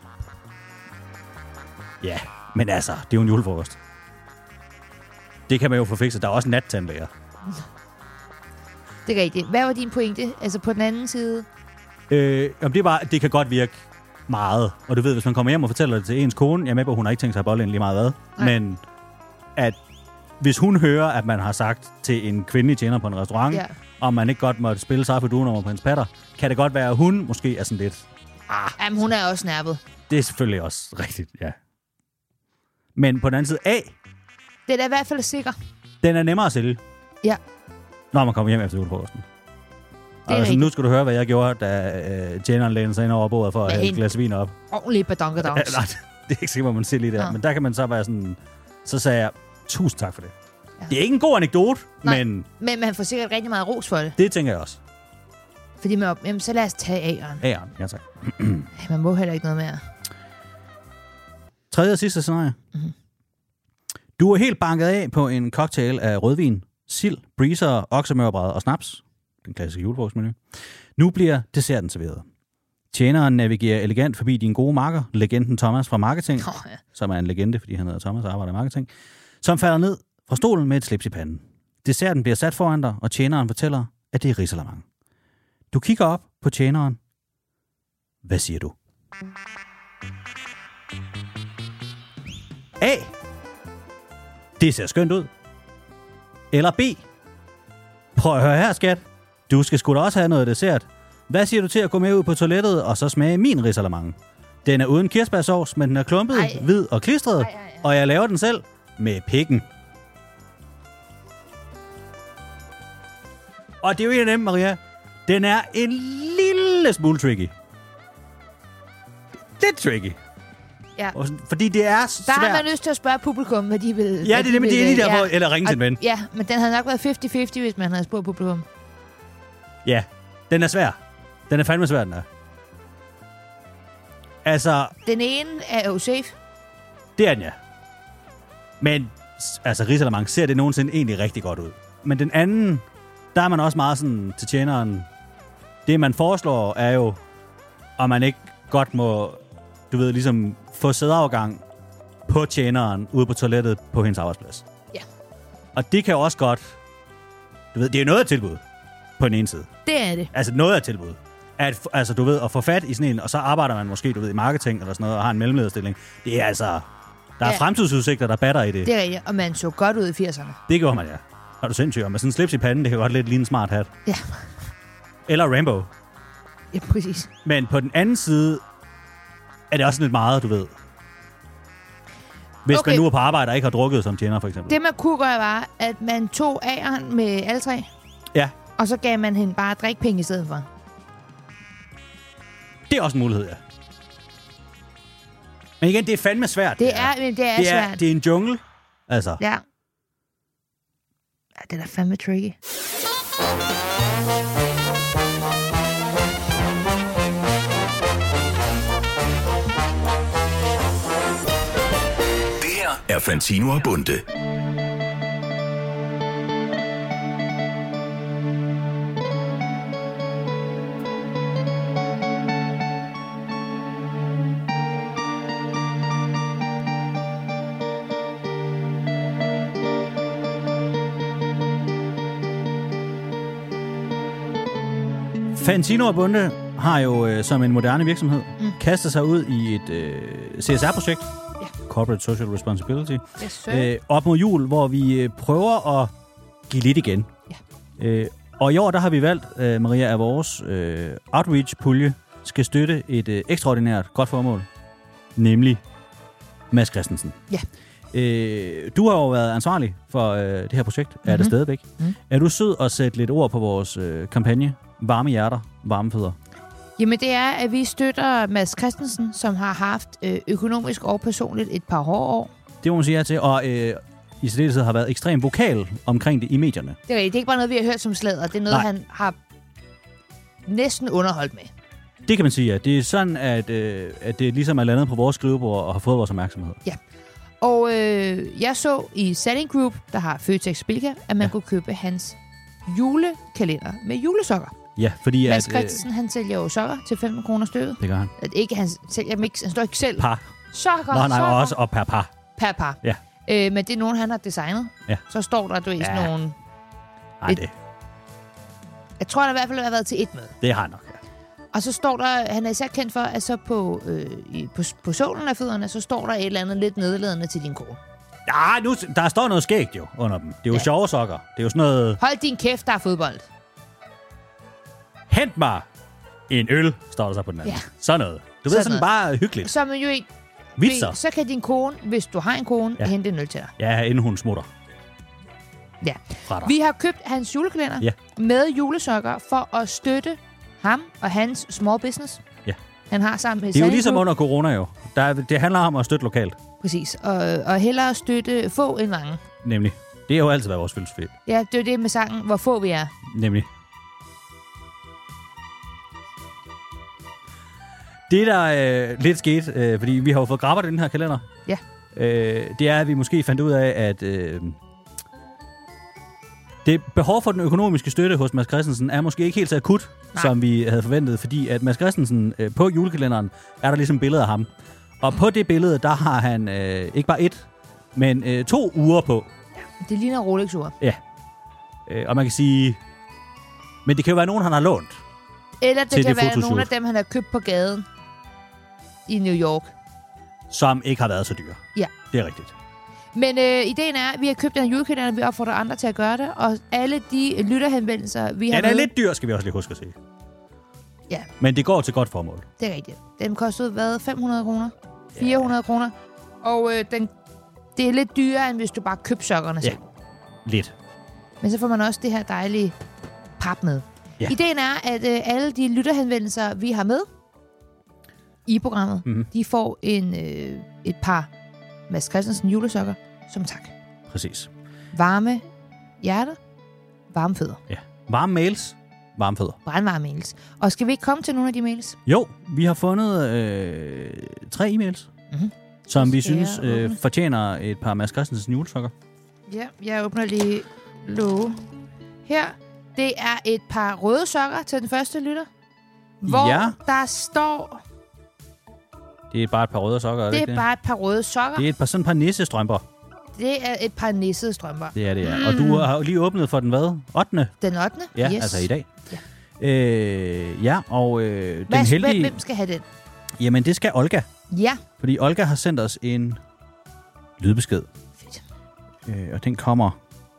Speaker 1: Ja, men altså, det er jo en julefrokost. Det kan man jo få fikset. Der er også nattandlæger.
Speaker 2: Det er rigtigt. Hvad var din pointe? Altså på den anden side?
Speaker 1: Øh, det, er bare, det kan godt virke meget. Og du ved, hvis man kommer hjem og fortæller det til ens kone, jeg er med på, at hun har ikke tænkt sig at bolle lige meget hvad. Nej. Men at hvis hun hører, at man har sagt til en kvindelig tjener på en restaurant, ja. og man ikke godt måtte spille sig for duenummer på hendes patter, kan det godt være, at hun måske er sådan lidt...
Speaker 2: Ah, Jamen, hun er også nærpet.
Speaker 1: Det er selvfølgelig også rigtigt, ja. Men på den anden side, A...
Speaker 2: Den er i hvert fald sikker.
Speaker 1: Den er nemmere at sælge.
Speaker 2: Ja.
Speaker 1: Når man kommer hjem efter julefrokosten. Altså, nu skal du høre, hvad jeg gjorde, da øh, tjeneren lænede sig ind over bordet for at hælde et glas vin op.
Speaker 2: Ordentligt badonkedons.
Speaker 1: Nej, det er ikke sikkert, hvad man siger lige der. Ja. Men der kan man så være sådan... Så sagde jeg, tusind tak for det. Ja. Det er ikke en god anekdote, Nej, men...
Speaker 2: Men man får sikkert rigtig meget ros for det.
Speaker 1: Det tænker jeg også.
Speaker 2: Fordi man... Jamen, så lad os tage A'eren.
Speaker 1: A'eren, ja tak.
Speaker 2: Man må heller ikke noget mere.
Speaker 1: Tredje og sidste scenarie. Mm-hmm. Du er helt banket af på en cocktail af rødvin, sild, breezer, oksemørbrad og snaps. Den klassiske julefrokostmenu. Nu bliver desserten serveret. Tjeneren navigerer elegant forbi din gode makker, legenden Thomas fra marketing, oh, ja. som er en legende, fordi han hedder Thomas og arbejder i marketing, som falder ned fra stolen med et slips i panden. Desserten bliver sat foran dig, og tjeneren fortæller, at det er risalamande. Du kigger op på tjeneren. Hvad siger du? A. Det ser skønt ud. Eller B. Prøv at høre her, skat. Du skal sgu da også have noget dessert. Hvad siger du til at gå med ud på toilettet og så smage min risalamande? Den er uden kirsebærsovs, men den er klumpet, ej. hvid og klistret, ej, ej, ej. Og jeg laver den selv med pikken. Og det er jo en af dem, Maria. Den er en lille smule tricky. Lidt tricky.
Speaker 2: Ja.
Speaker 1: Fordi det er svært.
Speaker 2: Der har man lyst til at spørge publikum, hvad de vil.
Speaker 1: Ja, det er det, men det er lige derfor, ja. Eller ringe til en ven.
Speaker 2: Ja, men den havde nok været halvtreds halvtreds, hvis man havde spurgt publikum.
Speaker 1: Ja, den er svær. Den er fandme svær, den er. Altså...
Speaker 2: Den ene er jo safe.
Speaker 1: Det er den, ja. Men, altså, risalamande ser det nogensinde egentlig rigtig godt ud. Men den anden, der er man også meget sådan til tjeneren. Det, man foreslår, er jo, om man ikke godt må, du ved, ligesom få sædeafgang på tjeneren ude på toilettet på hendes arbejdsplads.
Speaker 2: Ja.
Speaker 1: Og det kan jo også godt, du ved, det er noget af tilbud på den ene side.
Speaker 2: Det er det.
Speaker 1: Altså noget af tilbud. At, altså, du ved, at få fat i sådan en, og så arbejder man måske, du ved, i marketing eller sådan noget, og har en mellemlederstilling. Det er altså, der er ja. fremtidsudsigter, der batter i det.
Speaker 2: Det er rigtigt, og man så godt ud i firserne.
Speaker 1: Det gjorde man, ja. Har du sindssygt, og med sådan en slips i panden, det kan godt lidt ligne en smart hat.
Speaker 2: Ja.
Speaker 1: Eller Rambo.
Speaker 2: Ja, præcis.
Speaker 1: Men på den anden side, er det også lidt meget, du ved. Hvis okay. man nu er på arbejde og ikke har drukket som tjener, for eksempel.
Speaker 2: Det man kunne gøre var, at man tog A'eren med alle tre.
Speaker 1: Ja.
Speaker 2: Og så gav man hende bare drikpenge i stedet for.
Speaker 1: Det er også en mulighed, ja. Men igen, det er fandme svært.
Speaker 2: Det er, det er, det er
Speaker 1: det er
Speaker 2: svært.
Speaker 1: Det er en jungle, altså.
Speaker 2: Ja. Ja, det er fandme tricky.
Speaker 3: Det her er Fantino og Bunde.
Speaker 1: Fantino og Bunde har jo øh, som en moderne virksomhed mm. kastet sig ud i et øh, C S R-projekt, yeah. Corporate Social Responsibility,
Speaker 2: yes,
Speaker 1: øh, op mod jul, hvor vi øh, prøver at give lidt igen. Yeah. Øh, og i år, der har vi valgt, øh, Maria, at vores øh, outreach-pulje skal støtte et øh, ekstraordinært godt formål, nemlig Mads Christensen.
Speaker 2: Ja.
Speaker 1: Øh, du har jo været ansvarlig for øh, det her projekt, mm-hmm. er det stadigvæk. Mm. Er du sød at sætte lidt ord på vores øh, kampagne? Varme hjerter, varme fødder.
Speaker 2: Jamen det er, at vi støtter Mads Christensen, som har haft øh, økonomisk og personligt et par hårde år.
Speaker 1: Det må man sige her til, og øh, i særdeleshed har været ekstremt vokal omkring det i medierne.
Speaker 2: Det er, det er ikke bare noget, vi har hørt som sladder. Det er noget, Nej. han har næsten underholdt med.
Speaker 1: Det kan man sige, ja. Det er sådan, at, øh, at det ligesom er landet på vores skrivebord og har fået vores opmærksomhed.
Speaker 2: Ja. Og øh, jeg så i Selling Group, der har Føtex Bilka, at man ja. kunne købe hans julekalender med julesokker.
Speaker 1: Ja, fordi
Speaker 2: Mads
Speaker 1: at...
Speaker 2: Christensen, øh, han sælger jo sokker til femten kroner stykket.
Speaker 1: Det gør han.
Speaker 2: At ikke, han sælger dem ikke, han står ikke selv.
Speaker 1: Par.
Speaker 2: Sokker,
Speaker 1: Nå, nej,
Speaker 2: sokker.
Speaker 1: også og per par.
Speaker 2: Per par.
Speaker 1: Ja.
Speaker 2: Øh, men det er nogen, han har designet.
Speaker 1: Ja.
Speaker 2: Så står der, du er ja. sådan nogle...
Speaker 1: Nej, det...
Speaker 2: Jeg tror, han i hvert fald har været til et møde.
Speaker 1: Det har han nok, ja.
Speaker 2: Og så står der, han er især kendt for, at så på, øh, i, på, på sålen af fødderne, så står der et eller andet lidt nedladende til din kone.
Speaker 1: Ja, nu, der står noget skægt jo under dem. Det er jo ja. sjove sokker. Det er jo sådan noget...
Speaker 2: Hold din kæft, der er fodbold.
Speaker 1: Hent mig en øl, står der så på den anden. Ja. Sådan noget. Du så ved, sådan noget. Bare hyggeligt.
Speaker 2: Så, man jo ikke,
Speaker 1: Vitser.
Speaker 2: Så kan din kone, hvis du har en kone, ja. hente en øl til dig.
Speaker 1: Ja, inden hun smutter.
Speaker 2: Ja. Vi har købt hans julekalender ja. med julesokker for at støtte ham og hans small business. Ja. Han har sammen med
Speaker 1: Det er jo ligesom under corona jo. Der er, det handler om at støtte lokalt.
Speaker 2: Præcis. Og, og hellere støtte få end mange.
Speaker 1: Nemlig. Det har jo altid været vores filosofi.
Speaker 2: Ja, det er det med sangen, hvor få vi er.
Speaker 1: Nemlig. Det, der er øh, lidt sket, øh, fordi vi har jo fået grabbet den her kalender,
Speaker 2: ja.
Speaker 1: øh, det er, at vi måske fandt ud af, at øh, det behov for den økonomiske støtte hos Mads Christensen er måske ikke helt så akut, Nej. som vi havde forventet, fordi at Mads Christensen øh, på julekalenderen er der ligesom billeder af ham. Og på det billede, der har han øh, ikke bare et, men øh, to uger på.
Speaker 2: Ja, det ligner Rolex-ure.
Speaker 1: Ja. Øh, og man kan sige... Men det kan jo være nogen, han har lånt.
Speaker 2: Eller det kan det være fotoshoot. Nogle af dem, han har købt på gaden i New York.
Speaker 1: Som ikke har været så dyre.
Speaker 2: Ja.
Speaker 1: Det er rigtigt.
Speaker 2: Men øh, ideen er, at vi har købt den julekalender, vi opfordrer andre til at gøre det, og alle de lytterhenvendelser, vi har
Speaker 1: ja, den er
Speaker 2: med,
Speaker 1: lidt dyr, skal vi også lige huske at sige.
Speaker 2: Ja.
Speaker 1: Men det går til godt formål.
Speaker 2: Det er rigtigt. Den kostede, hvad, fem hundrede kroner? fire hundrede ja. kroner? Og øh, den, det er lidt dyrere, end hvis du bare køber sokkerne selv.
Speaker 1: Ja, lidt.
Speaker 2: Men så får man også det her dejlige pap med. Ja. Ideen er, at øh, alle de lytterhenvendelser, vi har med i programmet, mm-hmm. de får en, øh, et par Mads Christensen julesokker som tak.
Speaker 1: Præcis.
Speaker 2: Varme hjerter, varme fødder.
Speaker 1: Ja. Varme mails, varme fødder.
Speaker 2: Brandvarme mails. Og skal vi ikke komme til nogle af de mails?
Speaker 1: Jo, vi har fundet øh, tre e-mails, mm-hmm. som vi synes øh, fortjener et par Mads Christensen julesokker.
Speaker 2: Ja, jeg åbner lige låge. Her, det er et par røde sokker til den første lytter. Hvor ja. der står...
Speaker 1: Det er bare et par røde sokker, er det
Speaker 2: Det er
Speaker 1: ikke
Speaker 2: bare et par røde sokker.
Speaker 1: Det er et par, sådan et par nissestrømper.
Speaker 2: Det er et par nissede strømper.
Speaker 1: Det er det, ja. Mm. Og du har jo lige åbnet for den hvad? ottende
Speaker 2: Den ottende
Speaker 1: Ja,
Speaker 2: yes.
Speaker 1: altså i dag.
Speaker 2: Ja,
Speaker 1: øh, ja og øh,
Speaker 2: Hvad,
Speaker 1: den heldige...
Speaker 2: Hvem skal have den?
Speaker 1: Jamen, det skal Olga.
Speaker 2: Ja.
Speaker 1: Fordi Olga har sendt os en lydbesked.
Speaker 2: Fedt.
Speaker 1: Øh, og den kommer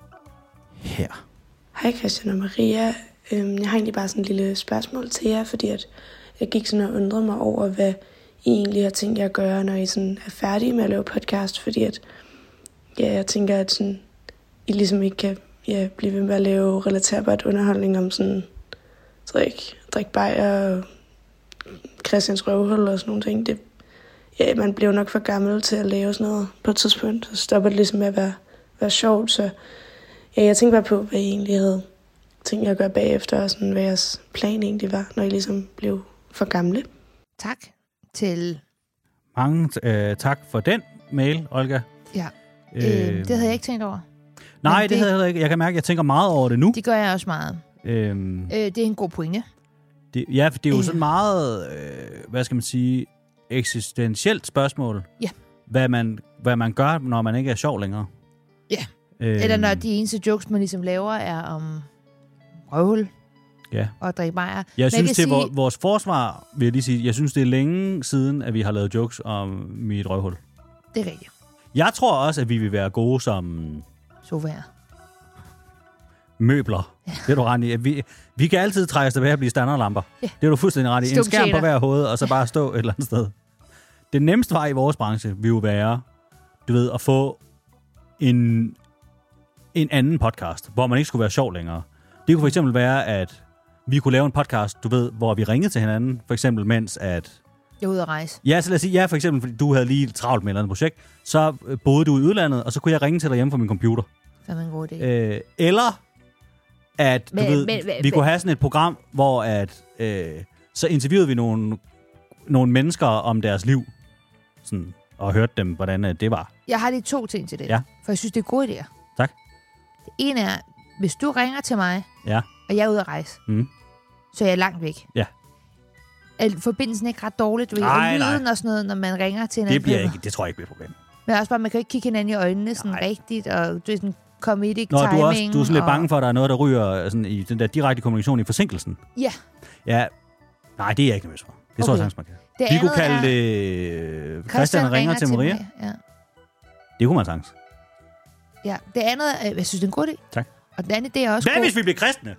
Speaker 1: her.
Speaker 4: Hej Christian og Maria. Jeg har egentlig bare sådan et lille spørgsmål til jer, fordi at jeg gik sådan og undrede mig over, hvad I egentlig har tænkt jer at gøre, når I sådan er færdige med at lave podcast, fordi at ja, jeg tænker, at sådan, I ligesom ikke kan ja, blive ved med at lave relaterbart underholdning om sådan drik, drik bajer og Christians røvhul og sådan nogle ting. Det, ja, man bliver nok for gammel til at lave sådan noget på et tidspunkt, så stopper det ligesom med at være, være sjovt, så ja, jeg tænkte bare på, hvad I egentlig havde tænkt jer at gøre bagefter, og sådan, hvad jeres plan egentlig var, når I ligesom blev for gamle.
Speaker 2: Tak til...
Speaker 1: Mange øh, tak for den mail, Olga.
Speaker 2: Ja, øh, øh, det havde jeg ikke tænkt over.
Speaker 1: Nej, det, det havde jeg heller ikke. Jeg kan mærke, at jeg tænker meget over det nu.
Speaker 2: Det gør jeg også meget. Øhm, øh, det er en god pointe.
Speaker 1: Det, ja, for det er jo øh. sådan meget, øh, hvad skal man sige, eksistentielt spørgsmål.
Speaker 2: Ja.
Speaker 1: Hvad man, hvad man gør, når man ikke er sjov længere.
Speaker 2: Ja. Øhm, Eller når de eneste jokes, man ligesom laver, er om røvhul.
Speaker 1: Ja.
Speaker 2: Og drikke bajer.
Speaker 1: Jeg synes, det er sige... vores forsvar, vil jeg lige sige. Jeg synes, det er længe siden, at vi har lavet jokes om mit røvhul.
Speaker 2: Det er rigtigt. Jeg
Speaker 1: tror også, at vi vil være gode som...
Speaker 2: sofaer.
Speaker 1: Møbler. Ja. Det er du ret i. Vi, vi kan altid trække os tilbage og blive standardlamper. Ja. Det er du fuldstændig ret i. En skærm på hver hoved, og så bare stå et eller andet sted. Det nemmeste vej i vores branche vil jo være, du ved, at få en, en anden podcast, hvor man ikke skulle være sjov længere. Det kunne for eksempel være, at vi kunne lave en podcast, du ved, hvor vi ringede til hinanden, for eksempel mens at...
Speaker 2: Jeg er ude at rejse.
Speaker 1: Ja, så lad os sige, ja, for eksempel, fordi du havde lige travlt med et eller andet projekt, så boede du i udlandet, og så kunne jeg ringe til dig hjemme fra min computer.
Speaker 2: Det er en god idé.
Speaker 1: Øh, eller at, du men, ved, men, vi men, kunne have sådan et program, hvor at, øh, så interviewede vi nogle, nogle mennesker om deres liv, sådan, og hørte dem, hvordan det var.
Speaker 2: Jeg har lige to ting til det,
Speaker 1: ja.
Speaker 2: For jeg synes, det er gode idéer.
Speaker 1: Tak.
Speaker 2: Det ene er, hvis du ringer til mig,
Speaker 1: ja.
Speaker 2: og jeg er ude at rejse,
Speaker 1: mm.
Speaker 2: så er jeg langt væk.
Speaker 1: Ja.
Speaker 2: Er forbindelsen ikke ret dårligt?
Speaker 1: Nej,
Speaker 2: og lyden og sådan noget, når man ringer til hinanden?
Speaker 1: Det bliver ikke, det tror jeg ikke bliver et problem.
Speaker 2: Men også bare, man kan ikke kigge hinanden i øjnene sådan nej. rigtigt, og du er sådan comedic
Speaker 1: Nå,
Speaker 2: timing.
Speaker 1: Du er, også, du er sådan lidt
Speaker 2: og...
Speaker 1: bange for, at der er noget, der ryger sådan, i den der direkte kommunikation i forsinkelsen.
Speaker 2: Ja.
Speaker 1: Ja, nej, det er jeg ikke nervøs for. Det okay. tror jeg sagtens, man kan. Det vi kunne kalde det Christian, Christian ringer, ringer til Maria. Til ja. Det kunne man sagtens.
Speaker 2: Ja, det andet, jeg synes, det er en god idé.
Speaker 1: Tak.
Speaker 2: Og det andet, det er også
Speaker 1: hvad god... hvis vi bliver kristne?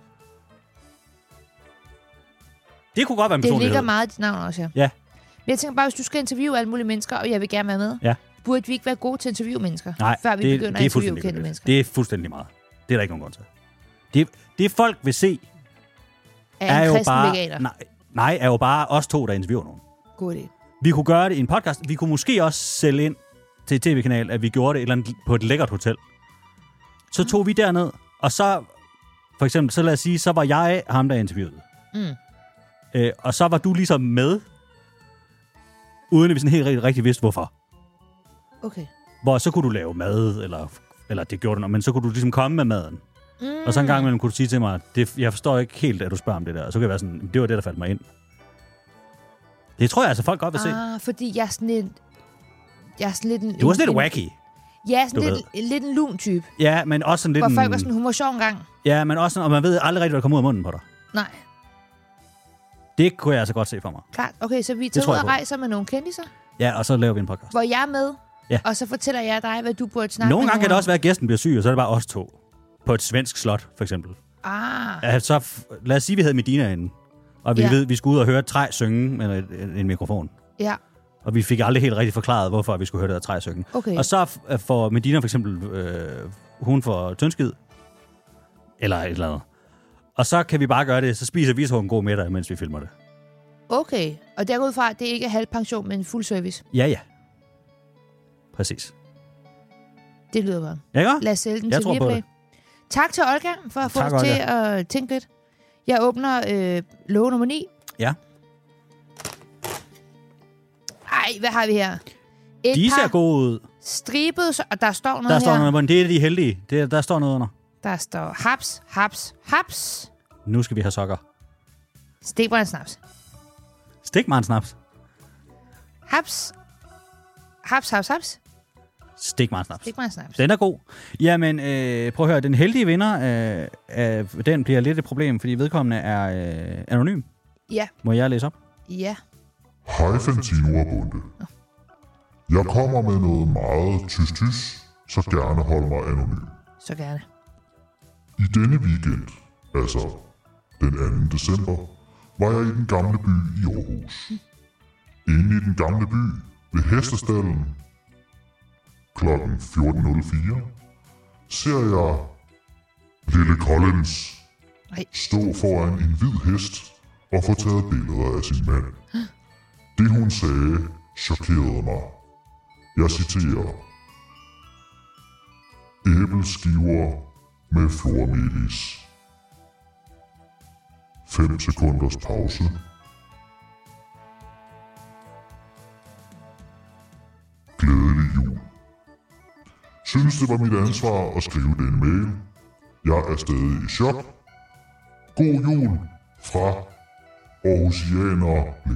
Speaker 1: Det kunne godt være en
Speaker 2: personlighed. Det ligger meget i dit navn også, ja.
Speaker 1: Ja.
Speaker 2: Men jeg tænker bare, hvis du skal interviewe alle mulige mennesker, og jeg vil gerne være med,
Speaker 1: ja.
Speaker 2: burde vi ikke være gode til at interviewe mennesker,
Speaker 1: nej,
Speaker 2: før vi
Speaker 1: det,
Speaker 2: begynder
Speaker 1: det
Speaker 2: at interviewe kendte mennesker?
Speaker 1: Det er fuldstændig meget. Det er der ikke nogen grund til. Det, det folk vil se,
Speaker 2: er, er jo bare...
Speaker 1: Nej, nej, er jo bare os to, der interviewer nogen.
Speaker 2: God idé.
Speaker 1: Vi kunne gøre det i en podcast. Vi kunne måske også sælge ind til tv-kanal, at vi gjorde det et eller andet på et lækkert hotel. Så tog vi derned, og så, for eksempel, så lad os sige, så var jeg ham, der interviewede.
Speaker 2: Mm.
Speaker 1: Øh, og så var du ligesom med, uden at vi sådan helt rigtig, rigtig vidste, hvorfor.
Speaker 2: Okay.
Speaker 1: Hvor så kunne du lave mad, eller, eller det gjorde du, men så kunne du ligesom komme med maden. Mm. Og så en gang imellem kunne du sige til mig, det, jeg forstår ikke helt, at du spørger om det der. Og så kan jeg være sådan, det var det, der faldt mig ind. Det tror jeg altså, folk godt vil se.
Speaker 2: Ah, fordi jeg er sådan lidt... Jeg er sådan lidt en,
Speaker 1: du er sådan
Speaker 2: en,
Speaker 1: lidt wacky.
Speaker 2: Ja, sådan lidt, en, lidt en lun type.
Speaker 1: Ja, men også sådan lidt...
Speaker 2: Hvor folk var sådan, hun var sjov engang.
Speaker 1: Ja, men også sådan, og man ved aldrig rigtig, hvad der kommer ud af munden på dig.
Speaker 2: Nej.
Speaker 1: Det kunne jeg altså godt se for mig.
Speaker 2: Klart. Okay, så vi tager ud og rejser med nogle kendiser.
Speaker 1: Ja, og så laver vi en podcast.
Speaker 2: Hvor jeg er med.
Speaker 1: Ja.
Speaker 2: Og så fortæller jeg dig, hvad du burde snakke
Speaker 1: Nogle
Speaker 2: med
Speaker 1: gange kan det
Speaker 2: nogen
Speaker 1: også være, at gæsten bliver syg, og så er det bare os to. På et svensk slot, for eksempel.
Speaker 2: Ah.
Speaker 1: Ja, så f- lad os sige, at vi havde Medina inde. Og vi
Speaker 2: Ja.
Speaker 1: ved, at vi skulle ud og høre et træ synge med en, en mikrofon.
Speaker 2: Ja.
Speaker 1: Og vi fik aldrig helt rigtig forklaret, hvorfor vi skulle høre det her træ synge.
Speaker 2: Okay.
Speaker 1: Og så f- får Medina for eksempel, øh, hun får tyndskid. Eller et eller andet. Og så kan vi bare gøre det, så spiser vi så en god middag, mens vi filmer det.
Speaker 2: Okay. Og der går ud fra, at det ikke er halv pension, men fuld service.
Speaker 1: Ja, ja. Præcis.
Speaker 2: Det lyder godt.
Speaker 1: Ja, ikke?
Speaker 2: Lad os sælge den
Speaker 1: Jeg
Speaker 2: til
Speaker 1: tror på
Speaker 2: Viaplay.
Speaker 1: det.
Speaker 2: Tak til Olga for at få
Speaker 1: Tak,
Speaker 2: os til
Speaker 1: Olga.
Speaker 2: at tænke lidt. Jeg åbner øh, låge nummer ni.
Speaker 1: Ja.
Speaker 2: Ej, hvad har vi her? Et
Speaker 1: De ser
Speaker 2: par
Speaker 1: gode ud.
Speaker 2: stribede, så- og der står noget
Speaker 1: Der står
Speaker 2: her.
Speaker 1: noget, men det er de heldige. Det er, der står noget under.
Speaker 2: Der står haps, haps, haps.
Speaker 1: Nu skal vi have sokker.
Speaker 2: Stikbrænd snaps.
Speaker 1: Stik mig en snaps.
Speaker 2: Haps. Haps, haps, haps.
Speaker 1: Stik mig en snaps.
Speaker 2: Stikbrænd snaps.
Speaker 1: Den er god. Jamen, øh, prøv at høre. Den heldige vinder, øh, øh, den bliver lidt et problem, fordi vedkommende er øh, anonym.
Speaker 2: Ja.
Speaker 1: Må jeg læse op?
Speaker 2: Ja.
Speaker 5: Hej Fantino og Bunde. Jeg kommer med noget meget tys-tys, så gerne hold mig anonym.
Speaker 2: Så gerne.
Speaker 5: I denne weekend, altså den anden december, var jeg i den gamle by i Aarhus. Inde i den gamle by ved Hestestallen klokken fjorten nul fire ser jeg Lille Collins
Speaker 2: Nej.
Speaker 5: stå foran en hvid hest og få taget billeder af sin mand. Det hun sagde chokerede mig. Jeg citerer: æbleskiver med flormelis. Fem sekunders pause. Glædelig jul. Synes det var mit ansvar at skrive denne mail. Jeg er stadig i chok. God jul fra Aarhusianer Blæ.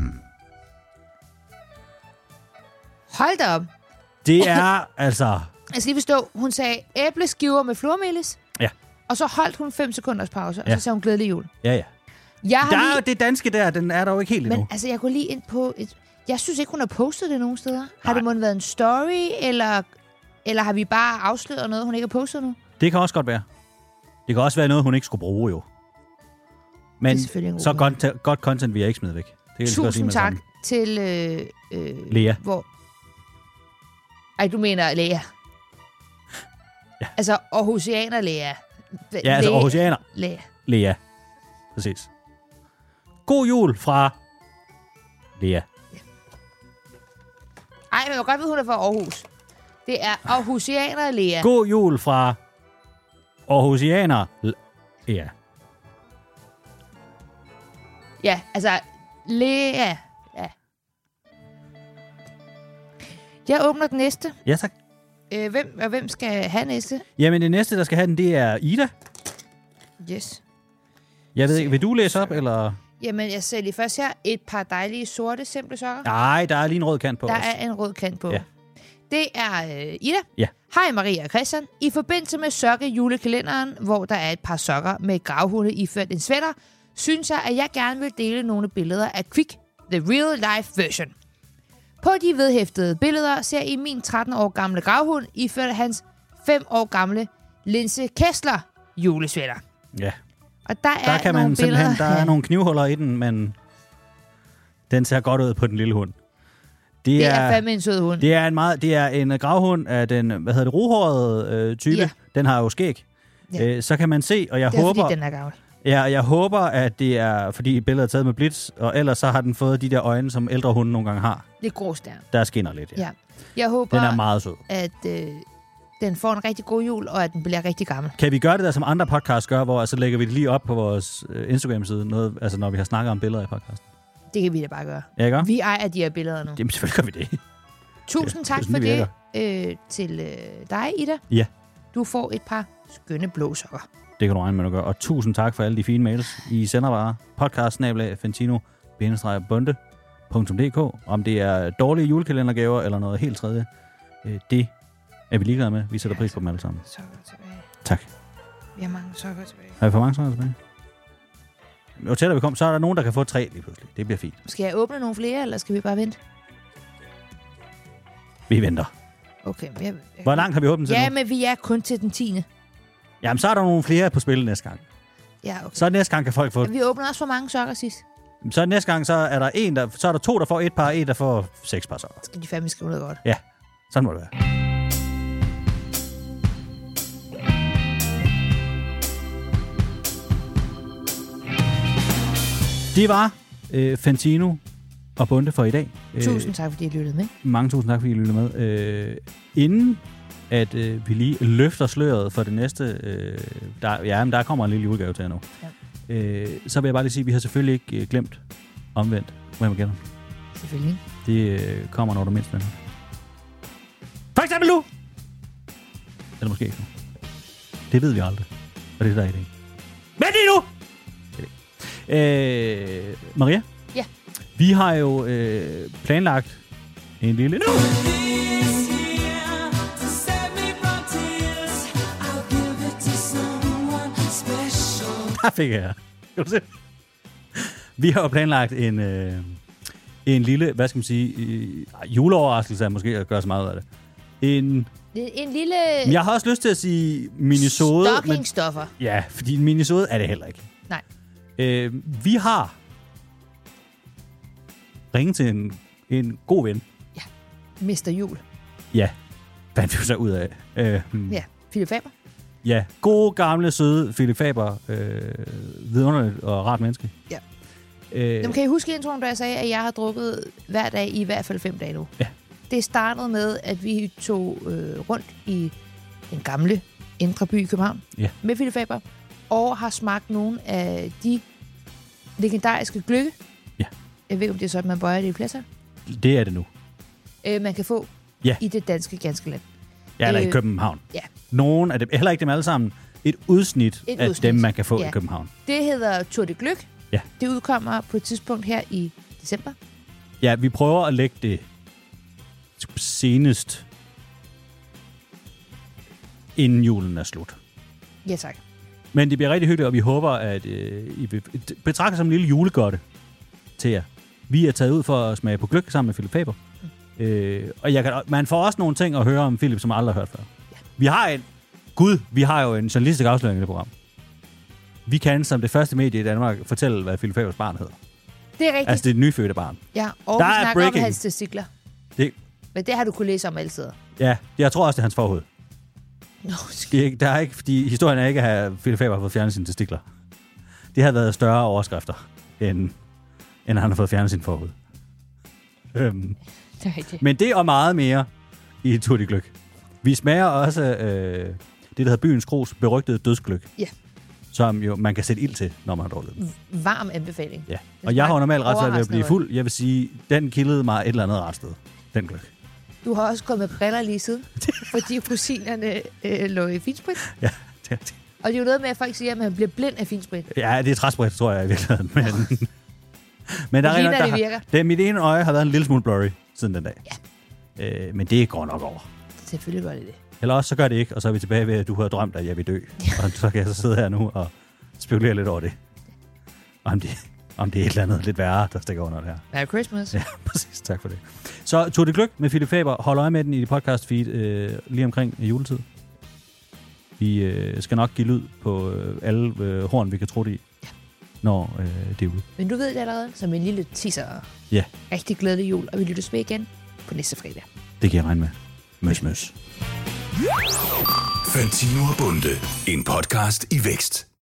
Speaker 2: Hold da op.
Speaker 1: Det er altså...
Speaker 2: Jeg skal lige forstå, hun sagde æbleskiver med flormelis.
Speaker 1: Ja.
Speaker 2: Og så holdt hun fem sekunders pause, og
Speaker 1: Ja.
Speaker 2: så sagde hun glædelig jul.
Speaker 1: Ja, ja.
Speaker 2: Jeg har
Speaker 1: Der er
Speaker 2: lige...
Speaker 1: jo det danske der, den er der jo ikke helt endnu.
Speaker 2: Men altså, jeg går lige ind på et... Jeg synes ikke, hun har postet det nogen steder. Har
Speaker 1: Nej.
Speaker 2: det måtte været en story, eller, eller har vi bare afsløret noget, hun ikke har postet nu?
Speaker 1: Det kan også godt være. Det kan også være noget, hun ikke skulle bruge, jo. Men
Speaker 2: Det er selvfølgelig en
Speaker 1: så
Speaker 2: god
Speaker 1: godt, godt content vil jeg ikke smide væk. Det kan jeg lige så godt sige
Speaker 2: Tusind
Speaker 1: med
Speaker 2: tak
Speaker 1: det
Speaker 2: til... Øh, øh,
Speaker 1: Lea.
Speaker 2: Hvor... Ej, du mener Lea.
Speaker 1: Ja.
Speaker 2: Altså, Aarhusianer Lea.
Speaker 1: samme. Ja, altså
Speaker 2: Lea-
Speaker 1: Aarhusianer.
Speaker 2: Lea.
Speaker 1: Lea. Præcis. God jul fra Lea.
Speaker 2: Ej, men jeg godt ved, hun er fra Aarhus. Det er Aarhusianer Lea.
Speaker 1: God jul fra Aarhusianer. L- ja.
Speaker 2: Ja, altså, Lea. Ja. Jeg åbner den næste.
Speaker 1: Ja, tak.
Speaker 2: Øh, hvem, og hvem skal have næste?
Speaker 1: Jamen, det næste, der skal have den, det er Ida.
Speaker 2: Yes.
Speaker 1: Jeg ved ikke, vil du læse op, eller?
Speaker 2: Jamen, jeg ser lige først her. Et par dejlige, sorte, simple sokker.
Speaker 1: Nej, der er lige en rød kant på
Speaker 2: Der
Speaker 1: os.
Speaker 2: er en rød kant på.
Speaker 1: Ja.
Speaker 2: Det er øh, Ida.
Speaker 1: Ja.
Speaker 2: Hej Maria og Christian. I forbindelse med sokke julekalenderen, hvor der er et par sokker med gravhunde iført en sweater, synes jeg, at jeg gerne vil dele nogle billeder af Quick, the real life version. På de vedhæftede billeder ser I min tretten år gamle gravhund iført hans fem år gamle Linse Kessler julesweater.
Speaker 1: Ja.
Speaker 2: Og der,
Speaker 1: Der
Speaker 2: er
Speaker 1: kan
Speaker 2: nogle
Speaker 1: man simpelthen,
Speaker 2: billeder.
Speaker 1: der er nogle knivhuller i den, men den ser godt ud på den lille hund.
Speaker 2: Det er fandme en sød hund.
Speaker 1: Det er en meget, det er en gravhund af den, hvad hedder det, rohårede øh, type.
Speaker 2: Ja.
Speaker 1: Den har jo skæg.
Speaker 2: Ja.
Speaker 1: Øh, så kan man se, og jeg
Speaker 2: Det er
Speaker 1: håber,
Speaker 2: fordi, den er gammel.
Speaker 1: ja, jeg håber, at det er, fordi billedet er taget med blitz, og ellers så har den fået de der øjne, som ældre hunde nogle gange har.
Speaker 2: Det er grå stjerne.
Speaker 1: Der skinner lidt, ja.
Speaker 2: Ja. Jeg håber,
Speaker 1: Den er meget sød.
Speaker 2: at øh, den får en rigtig god jul, og at den bliver rigtig gammel.
Speaker 1: Kan vi gøre det der, som andre podcasts gør, hvor så lægger vi det lige op på vores øh, Instagram-side, noget, altså når vi har snakket om billeder i podcasten?
Speaker 2: Det kan vi da bare gøre.
Speaker 1: Ja, ikke?
Speaker 2: Vi ejer de her billeder nu.
Speaker 1: Jamen, selvfølgelig gør vi det.
Speaker 2: Tusind
Speaker 1: det
Speaker 2: tak
Speaker 1: er
Speaker 2: for
Speaker 1: sådan,
Speaker 2: det øh, til øh, dig, Ida.
Speaker 1: Ja.
Speaker 2: Du får et par skønne blå sokker.
Speaker 1: Det kan du regne med, at gøre. Og tusind tak for alle de fine mails. I sender bare podcast fantino bunde punktum d k. Om det er dårlige julekalendergaver eller noget helt tredje, øh, det er vi ligeglade med. Vi sætter pris på dem alle sammen.
Speaker 2: Sokker tilbage.
Speaker 1: Tak.
Speaker 2: Vi har mange sokker tilbage.
Speaker 1: Har vi for mange sokker tilbage? Jo tættere vi kom, så er der nogen, der kan få tre lige pludselig. Det bliver fint.
Speaker 2: Skal jeg åbne nogle flere, eller skal vi bare vente?
Speaker 1: Vi venter.
Speaker 2: Okay. Jeg, jeg,
Speaker 1: Hvor langt har vi åbent til
Speaker 2: Ja,
Speaker 1: nu?
Speaker 2: men vi er kun til den tiende.
Speaker 1: Jamen, så er der nogle flere på spil næste gang.
Speaker 2: Ja, okay.
Speaker 1: Så næste gang kan folk få...
Speaker 2: Vi åbner også for mange sokker sidst.
Speaker 1: Så næste gang, så er der en, der, så er der to, der får et par, en, der får seks par sokker.
Speaker 2: Skal de fandme skrive noget godt?
Speaker 1: Ja, sådan må det være. Det var øh, Fantino og Bunde for i dag.
Speaker 2: Tusind tak, fordi I lyttede med.
Speaker 1: Mange tusind tak, fordi I lyttede med. Øh, inden at øh, vi lige løfter sløret for det næste, øh, der, ja, men der kommer en lille julegave til jer nu. Ja. Øh, så vil jeg bare lige sige, at vi har selvfølgelig ikke øh, glemt omvendt. Hvad man gætter?
Speaker 2: Selvfølgelig.
Speaker 1: Det øh, kommer, når du mindst vender. For eksempel nu! Eller måske ikke nu. Det ved vi aldrig. Og det er det, der er i dag. Men lige nu! Øh, Maria?
Speaker 2: Ja.
Speaker 1: Vi har jo øh, planlagt en lille... Nu! Der fik jeg. Kan du se? Vi har jo planlagt en, øh, en lille, hvad skal man sige, øh, juleoverraskelse er måske at gøre så meget ud af det. En...
Speaker 2: En lille...
Speaker 1: Jeg har også lyst til at sige minisode.
Speaker 2: Stockingstoffer.
Speaker 1: Men, ja, fordi en minisode er det heller ikke.
Speaker 2: Nej.
Speaker 1: Øh, vi har ringet til en, en god ven.
Speaker 2: Ja, mister Jul.
Speaker 1: Ja, fandt vi jo så ud af. Øh,
Speaker 2: ja, Philip Faber.
Speaker 1: Ja, god, gamle, søde Philip Faber. Øh, vidunderligt og rart menneske.
Speaker 2: Ja.
Speaker 1: Øh,
Speaker 2: Jamen, kan I huske introen, da jeg sagde, at jeg har drukket hver dag i hvert fald fem dage nu?
Speaker 1: Ja.
Speaker 2: Det startede med, at vi tog øh, rundt i den gamle indre by i København
Speaker 1: ja.
Speaker 2: med Philip Faber, og har smagt nogle af de legendariske gløgge.
Speaker 1: Ja.
Speaker 2: Jeg ved ikke, om det er sådan, man bøjer det i pladser.
Speaker 1: Det er det nu.
Speaker 2: Øh, man kan få
Speaker 1: ja.
Speaker 2: i det danske ganske land.
Speaker 1: Ja, eller øh, i København. Ja. Nogen af dem, heller ikke dem alle sammen, et udsnit
Speaker 2: et
Speaker 1: af
Speaker 2: udsnit.
Speaker 1: dem, man kan få
Speaker 2: ja.
Speaker 1: i København.
Speaker 2: Det hedder Tour de Gløgg.
Speaker 1: Ja.
Speaker 2: Det udkommer på et tidspunkt her i december.
Speaker 1: Ja, vi prøver at lægge det senest, inden julen er slut.
Speaker 2: Ja, tak.
Speaker 1: Men det bliver rigtig hyggeligt, og vi håber, at øh, I vil betragte som en lille julegodte til jer. Vi er taget ud for at smage på gløgg sammen med Philip Faber. Mm. Øh, og jeg kan, man får også nogle ting at høre om Philip, som man aldrig har hørt før. Ja. Vi har en... Gud, vi har jo en journalistisk afsløring i det program. Vi kan som det første medie i Danmark fortælle, hvad Philip Fabers barn hedder.
Speaker 2: Det er rigtigt.
Speaker 1: Altså det nyfødte barn.
Speaker 2: Ja, og
Speaker 1: der
Speaker 2: vi
Speaker 1: er
Speaker 2: snakker
Speaker 1: breaking.
Speaker 2: om hans testikler.
Speaker 1: Det...
Speaker 2: Men det har du kunne læse om altid.
Speaker 1: Ja, jeg tror også, det er hans forhoved.
Speaker 2: No,
Speaker 1: det er ikke, fordi historien er ikke, at Philip Faber har fået fjernet sine testikler. Det har været større overskrifter, end, end han har fået fjernet sin forhoved. Øhm.
Speaker 2: Det er rigtigt.
Speaker 1: Men det og meget mere i Tour de Gløgg. Vi smager også øh, det, der hedder Byens Kros berygtede dødsgløgg.
Speaker 2: Ja.
Speaker 1: Som jo man kan sætte ild til, når man har drukket den.
Speaker 2: Varm anbefaling.
Speaker 1: Ja. Og jeg har normalt ret til at blive fuld. Jeg vil sige, den kildede mig et eller andet ret sted. Den gløgg.
Speaker 2: Du har også gået med briller lige siden, fordi rosinerne øh, lå i finsprit.
Speaker 1: Ja, det er det.
Speaker 2: Og det er jo noget med, at folk siger, at man bliver blind af finsprit.
Speaker 1: Ja, det er træsprit, tror jeg i virkeligheden. Men, men der,
Speaker 2: ligner,
Speaker 1: der,
Speaker 2: det virker.
Speaker 1: Der, mit ene øje har været en lille smule blurry siden den dag.
Speaker 2: Ja.
Speaker 1: Øh, men det går nok over.
Speaker 2: Selvfølgelig gør det det.
Speaker 1: Eller også så gør det ikke, og så er vi tilbage ved, at du har drømt, at jeg vil dø. Ja. Og så kan jeg så sidde her nu og spekulere lidt over det. Og om det, om det er et eller andet lidt værre, der stikker under det her.
Speaker 2: Merry Christmas.
Speaker 1: Ja, præcis. Tak for det. Så Tour de Gløgg med Philip Faber. Hold øje med den i dit podcast feed øh, lige omkring juletid. Vi øh, skal nok give lyd på øh, alle øh, horn, vi kan tro det i, ja. når øh, det er ude.
Speaker 2: Men du ved det allerede, som en lille teaser.
Speaker 1: Ja.
Speaker 2: Rigtig glædelig jul, og vi lyttes ved igen på næste fredag.
Speaker 1: Det kan jeg regne med. Møs, møs.
Speaker 3: Fantino og Bunde. En podcast i vækst.